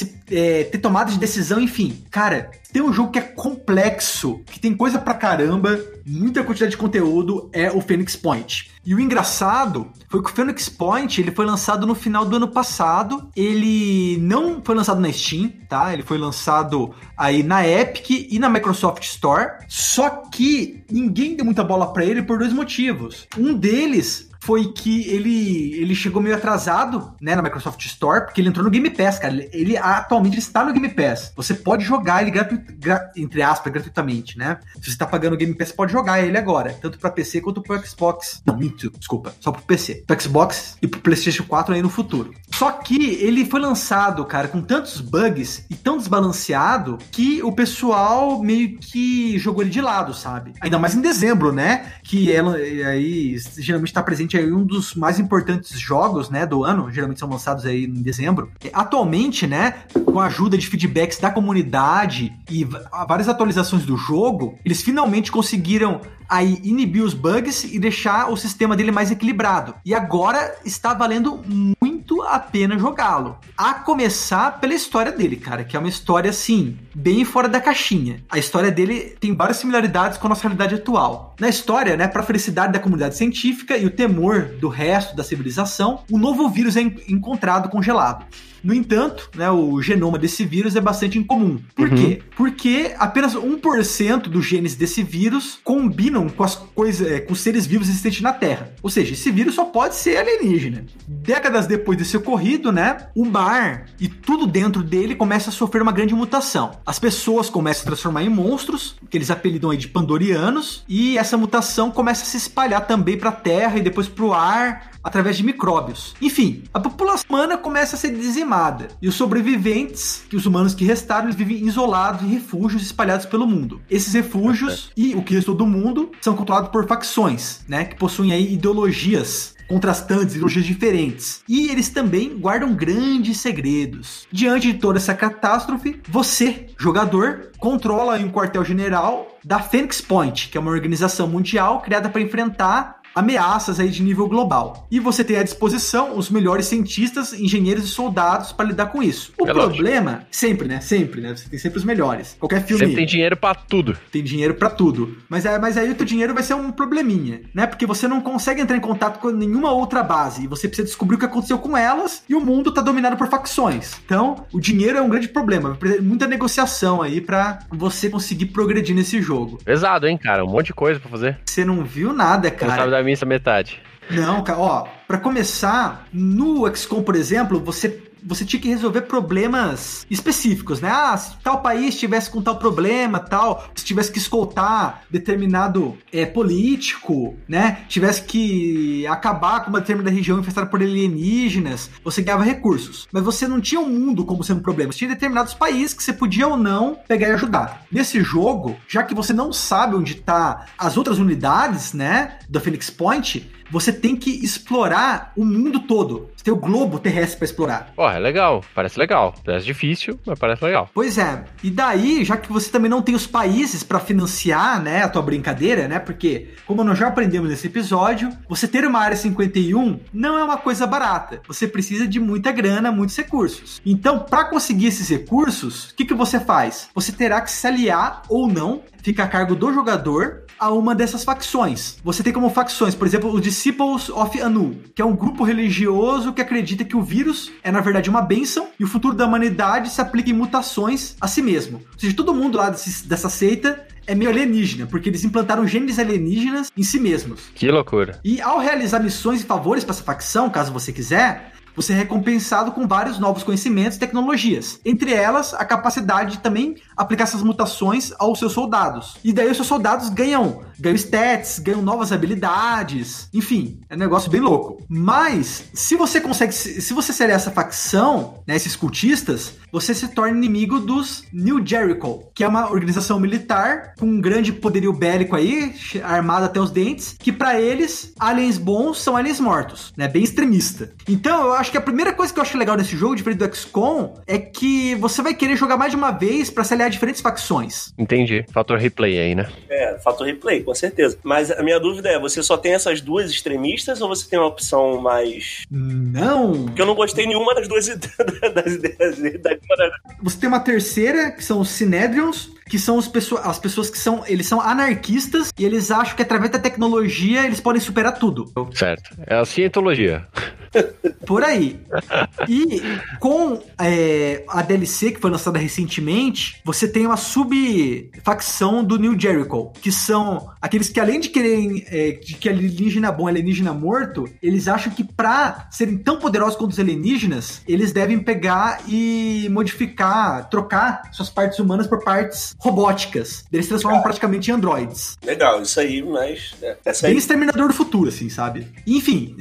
é, ter tomada de decisão, enfim. Cara, tem um jogo que é complexo, que tem coisa pra caramba, muita quantidade de conteúdo, é o Phoenix Point. E o engraçado foi que o Phoenix Point, ele foi lançado no final do ano passado, ele não foi lançado na Steam, tá? Ele foi lançado aí na Epic e na Microsoft Store, só que ninguém deu muita bola pra ele por dois motivos. Um deles foi que ele, ele chegou meio atrasado, né, na Microsoft Store, porque ele entrou no Game Pass, cara. Ele, ele atualmente ele está no Game Pass. Você pode jogar ele, gratu, gra, entre aspas, gratuitamente, né? Se você está pagando o Game Pass, você pode jogar ele agora, tanto para P C quanto para Xbox. Não, minto, desculpa, só para P C. Para Xbox e para PlayStation quatro aí no futuro. Só que ele foi lançado, cara, com tantos bugs e tão desbalanceado que o pessoal meio que jogou ele de lado, sabe? Ainda mais em dezembro, né? Que ela aí geralmente está presente aí um dos mais importantes jogos, né, do ano, geralmente são lançados aí em dezembro. Atualmente, né, com a ajuda de feedbacks da comunidade e várias atualizações do jogo, eles finalmente conseguiram aí inibir os bugs e deixar o sistema dele mais equilibrado. E agora está valendo muito a pena jogá-lo. A começar pela história dele, cara, que é uma história, assim, bem fora da caixinha. A história dele tem várias similaridades com a nossa realidade atual. Na história, né, para a felicidade da comunidade científica e o temor do resto da civilização, um novo vírus é encontrado congelado. No entanto, né, o genoma desse vírus é bastante incomum. Por uhum. quê? Porque apenas um por cento dos genes desse vírus combinam com as coisas, é, com os seres vivos existentes na Terra. Ou seja, esse vírus só pode ser alienígena. Décadas depois desse ocorrido, né, o mar e tudo dentro dele começa a sofrer uma grande mutação. As pessoas começam a se transformar em monstros, que eles apelidam aí de pandorianos, e essa mutação começa a se espalhar também para a Terra e depois para o ar, através de micróbios. Enfim, a população humana começa a ser dizimada. E os sobreviventes, que os humanos que restaram, eles vivem isolados em refúgios espalhados pelo mundo. Esses refúgios okay. e o que restou do mundo são controlados por facções, né, que possuem aí ideologias contrastantes, ideologias diferentes. E eles também guardam grandes segredos. Diante de toda essa catástrofe, você, jogador, controla um quartel-general da Phoenix Point, que é uma organização mundial criada para enfrentar ameaças aí de nível global. E você tem à disposição os melhores cientistas, engenheiros e soldados para lidar com isso. O é problema, lógico. sempre, né? Sempre, né? Você tem sempre os melhores. Qualquer filme... Sempre tem dinheiro para tudo. Tem dinheiro para tudo. Mas, é, mas aí o teu dinheiro vai ser um probleminha, né? Porque você não consegue entrar em contato com nenhuma outra base. E você precisa descobrir o que aconteceu com elas. E o mundo tá dominado por facções. Então, o dinheiro é um grande problema. Muita negociação aí para você conseguir progredir nesse jogo. Pesado, hein, cara? Um monte de coisa para fazer. Você não viu nada, cara. Não sabe da minha metade. Não, cara, ó, pra começar, no X COM, por exemplo, você, você tinha que resolver problemas específicos, né? Ah, se tal país tivesse com tal problema, tal, se tivesse que escoltar determinado é, político, né? Tivesse que acabar com uma determinada região infestada por alienígenas, você ganhava recursos. Mas você não tinha um mundo como sendo um problema. Você tinha determinados países que você podia ou não pegar e ajudar. Nesse jogo, já que você não sabe onde tá as outras unidades, né, da Phoenix Point, você tem que explorar o mundo todo. Você tem o globo terrestre para explorar. Pô, é legal. Parece legal. Parece difícil, mas parece legal. Pois é. E daí, já que você também não tem os países para financiar, né, a tua brincadeira, né? Porque, como nós já aprendemos nesse episódio, você ter uma área cinquenta e um não é uma coisa barata. Você precisa de muita grana, muitos recursos. Então, para conseguir esses recursos, o que, que você faz? Você terá que se aliar ou não, fica a cargo do jogador, a uma dessas facções. Você tem como facções, por exemplo, os Disciples of Anu, que é um grupo religioso que acredita que o vírus é, na verdade, uma bênção e o futuro da humanidade se aplica em mutações a si mesmo. Ou seja, todo mundo lá desse, dessa seita é meio alienígena, porque eles implantaram genes alienígenas em si mesmos. Que loucura. E ao realizar missões e favores para essa facção, caso você quiser, você é recompensado com vários novos conhecimentos e tecnologias. Entre elas, a capacidade de também aplicar essas mutações aos seus soldados. E daí os seus soldados ganham, ganham stats, ganham novas habilidades. Enfim, é um negócio bem louco. Mas, se você consegue, se você seria essa facção, né, esses cultistas, você se torna inimigo dos New Jericho, que é uma organização militar com um grande poderio bélico aí, armada até os dentes, que pra eles, aliens bons são aliens mortos, né? Bem extremista. Então, eu acho que a primeira coisa que eu acho legal desse jogo, diferente do X COM, é que você vai querer jogar mais de uma vez pra se aliar a diferentes facções. Entendi. Fator replay aí, né? É, fator replay, com certeza. Mas a minha dúvida é, você só tem essas duas extremistas ou você tem uma opção mais... Não! Porque eu não gostei nenhuma das duas das ideias da... Você tem uma terceira, que são os Synedrions, que são os pessoa, as pessoas que são, eles são anarquistas e eles acham que através da tecnologia eles podem superar tudo. Certo. É a cientologia. Por aí. E com é, a D L C que foi lançada recentemente, você tem uma sub-facção do New Jericho, que são aqueles que além de quererem é, de que alienígena bom, alienígena morto, eles acham que pra serem tão poderosos quanto os alienígenas, eles devem pegar e modificar, trocar suas partes humanas por partes robóticas. Eles se transformam ah. praticamente em androides. Legal, isso aí, mas... É, essa aí... Bem Exterminador do Futuro, assim, sabe? Enfim,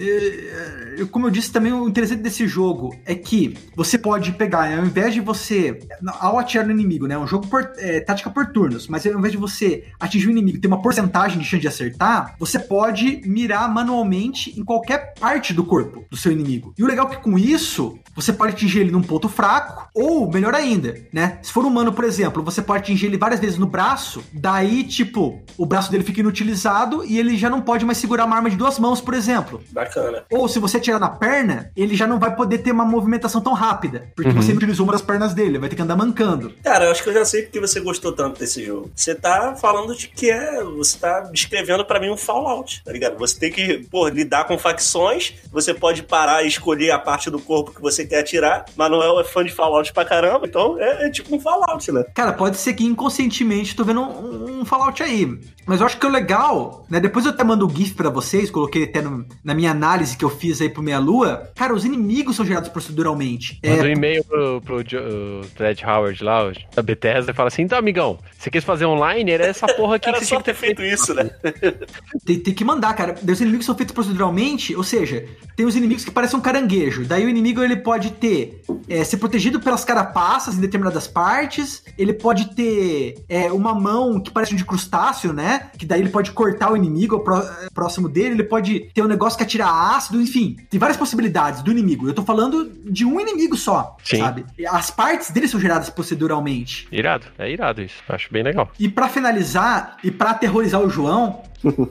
eu, como eu disse também, o interessante desse jogo é que você pode pegar, ao invés de você, ao atirar no inimigo, né, um jogo por, é, tática por turnos, mas ao invés de você atingir o inimigo e ter uma porcentagem de chance de acertar, você pode mirar manualmente em qualquer parte do corpo do seu inimigo. E o legal é que com isso, você pode atingir ele num ponto fraco, ou, melhor ainda, né, se for humano, por exemplo, você pode atingir ele várias vezes no braço, daí, tipo, o braço dele fica inutilizado e ele já não pode mais segurar uma arma de duas mãos, por exemplo. Bacana. Ou se você atirar na perna, ele já não vai poder ter uma movimentação tão rápida, porque uhum. você utilizou uma das pernas dele, vai ter que andar mancando. Cara, eu acho que eu já sei porque você gostou tanto desse jogo. Você tá falando de que é, você tá descrevendo pra mim um Fallout, tá ligado? Você tem que, pô, lidar com facções, você pode parar e escolher a parte do corpo que você quer atirar, Manuel é fã de Fallout pra caramba, então é, é tipo um Fallout, né? Cara, pode ser que inconscientemente tô vendo um, um Fallout aí, mas eu acho que o legal, né, depois eu até mando o GIF pra vocês, coloquei até no, na minha análise que eu fiz aí pro Meia Lua, cara, os inimigos são gerados proceduralmente. Manda é... um e-mail pro, pro uh, Fred Howard lá, da Bethesda, e fala assim, então, amigão, você quis fazer online, era essa porra aqui era que você só tinha que ter feito, feito isso, né? tem, tem que mandar, cara. Os inimigos são feitos proceduralmente, ou seja, tem os inimigos que parecem um caranguejo, daí o inimigo ele pode ter, é, ser protegido pelas carapaças em determinadas partes, ele pode ter é, uma mão que parece um de crustáceo, né, que daí ele pode cortar o inimigo pró- próximo dele, ele pode ter um negócio que atira ácido, enfim, tem várias possibilidades do inimigo. Eu tô falando de um inimigo só, Sim. sabe? As partes dele são geradas proceduralmente. Irado, é irado isso, acho bem legal. E pra finalizar, e pra aterrorizar o João,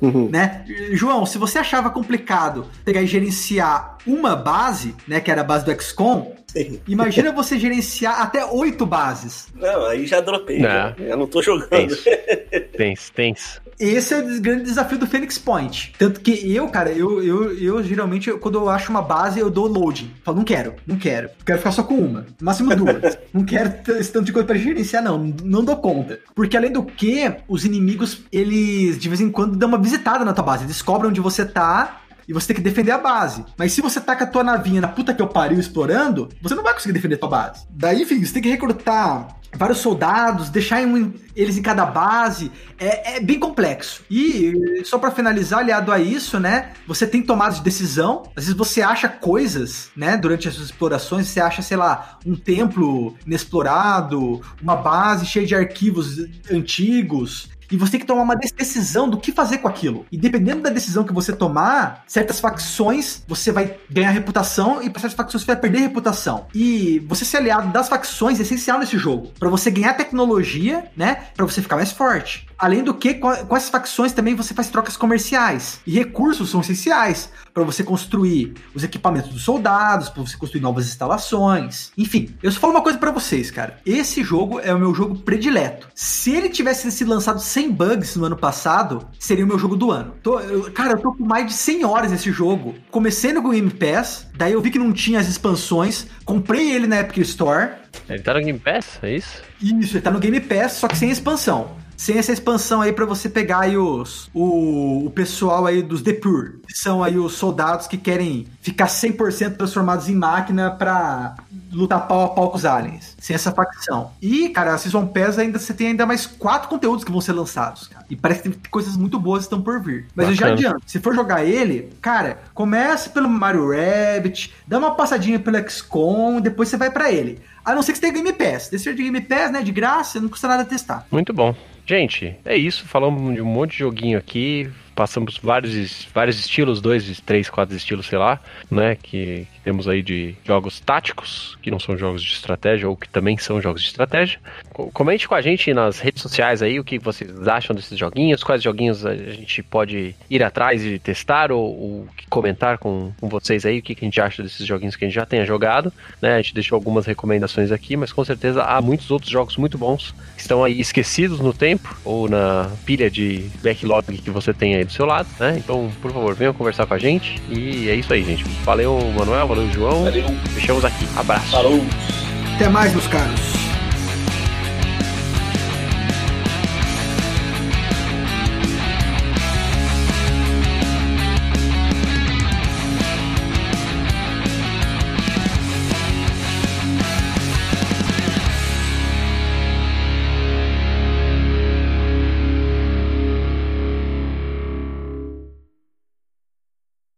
né? João, se você achava complicado pegar e gerenciar uma base, né, que era a base do X COM, Sim. imagina você gerenciar até oito bases. Não, aí já dropei. Não. Já. Eu não tô jogando. Tens, tens. tens. Esse é o grande desafio do Phoenix Point. Tanto que eu, cara, eu, eu, eu geralmente, eu, quando eu acho uma base, eu dou loading. Falo, não quero, não quero. Quero ficar só com uma. Máximo duas. Não quero esse tanto de coisa pra gerenciar, não. Não dou conta. Porque além do que, os inimigos, eles de vez em quando dão uma visitada na tua base. Eles descobrem onde você tá e você tem que defender a base. Mas se você tá com a tua navinha na puta que eu pariu explorando, você não vai conseguir defender a tua base. Daí, enfim, você tem que recrutar vários soldados, deixar em, eles em cada base, é, é bem complexo. E só pra finalizar, aliado a isso, né, você tem tomadas de decisão, às vezes você acha coisas, né, durante as suas explorações, você acha, sei lá, um templo inexplorado, uma base cheia de arquivos antigos, e você tem que tomar uma decisão do que fazer com aquilo. E dependendo da decisão que você tomar, certas facções você vai ganhar reputação e para certas facções você vai perder reputação. E você ser aliado das facções é essencial nesse jogo. Para você ganhar tecnologia, né? Para você ficar mais forte. Além do que, com essas facções também você faz trocas comerciais. E recursos são essenciais para você construir os equipamentos dos soldados, para você construir novas instalações. Enfim, eu só falo uma coisa para vocês, cara. Esse jogo é o meu jogo predileto. Se ele tivesse sido lançado sem bugs no ano passado, seria o meu jogo do ano. Tô, eu, cara, eu tô com mais de cem horas nesse jogo. Comecei no Game Pass, daí eu vi que não tinha as expansões, comprei ele na Epic Store. Ele tá no Game Pass, é isso? Isso, ele tá no Game Pass, só que sem expansão. sem essa expansão aí pra você pegar aí os, o, o pessoal aí dos The Pure, que são aí os soldados que querem ficar cem por cento transformados em máquina pra lutar pau a pau com os aliens, sem essa facção. E, cara, a Season Pass ainda você tem ainda mais quatro conteúdos que vão ser lançados, cara. E parece que tem coisas muito boas que estão por vir. Mas Bacana. Eu já adianto, se for jogar ele, cara, comece pelo Mario Rabbids, dá uma passadinha pelo X COM, depois você vai pra ele. A não ser que você tenha Game Pass. Desse de Game Pass, né, de graça, não custa nada testar. Muito bom. Gente, é isso. Falamos de um monte de joguinho aqui. Passamos vários, vários estilos, dois, três, quatro estilos, sei lá, né, que, que temos aí de jogos táticos, que não são jogos de estratégia, ou que também são jogos de estratégia. Comente com a gente nas redes sociais aí o que vocês acham desses joguinhos, quais joguinhos a gente pode ir atrás e testar, ou, ou comentar com, com vocês aí, o que a gente acha desses joguinhos que a gente já tenha jogado, né, a gente deixou algumas recomendações aqui, mas com certeza há muitos outros jogos muito bons, que estão aí esquecidos no tempo, ou na pilha de backlog que você tem aí do seu lado, né? Então, por favor, venham conversar com a gente. E é isso aí, gente. Valeu, Manuel. Valeu, João. Valeu. Fechamos aqui. Abraço. Falou. Até mais, meus caros.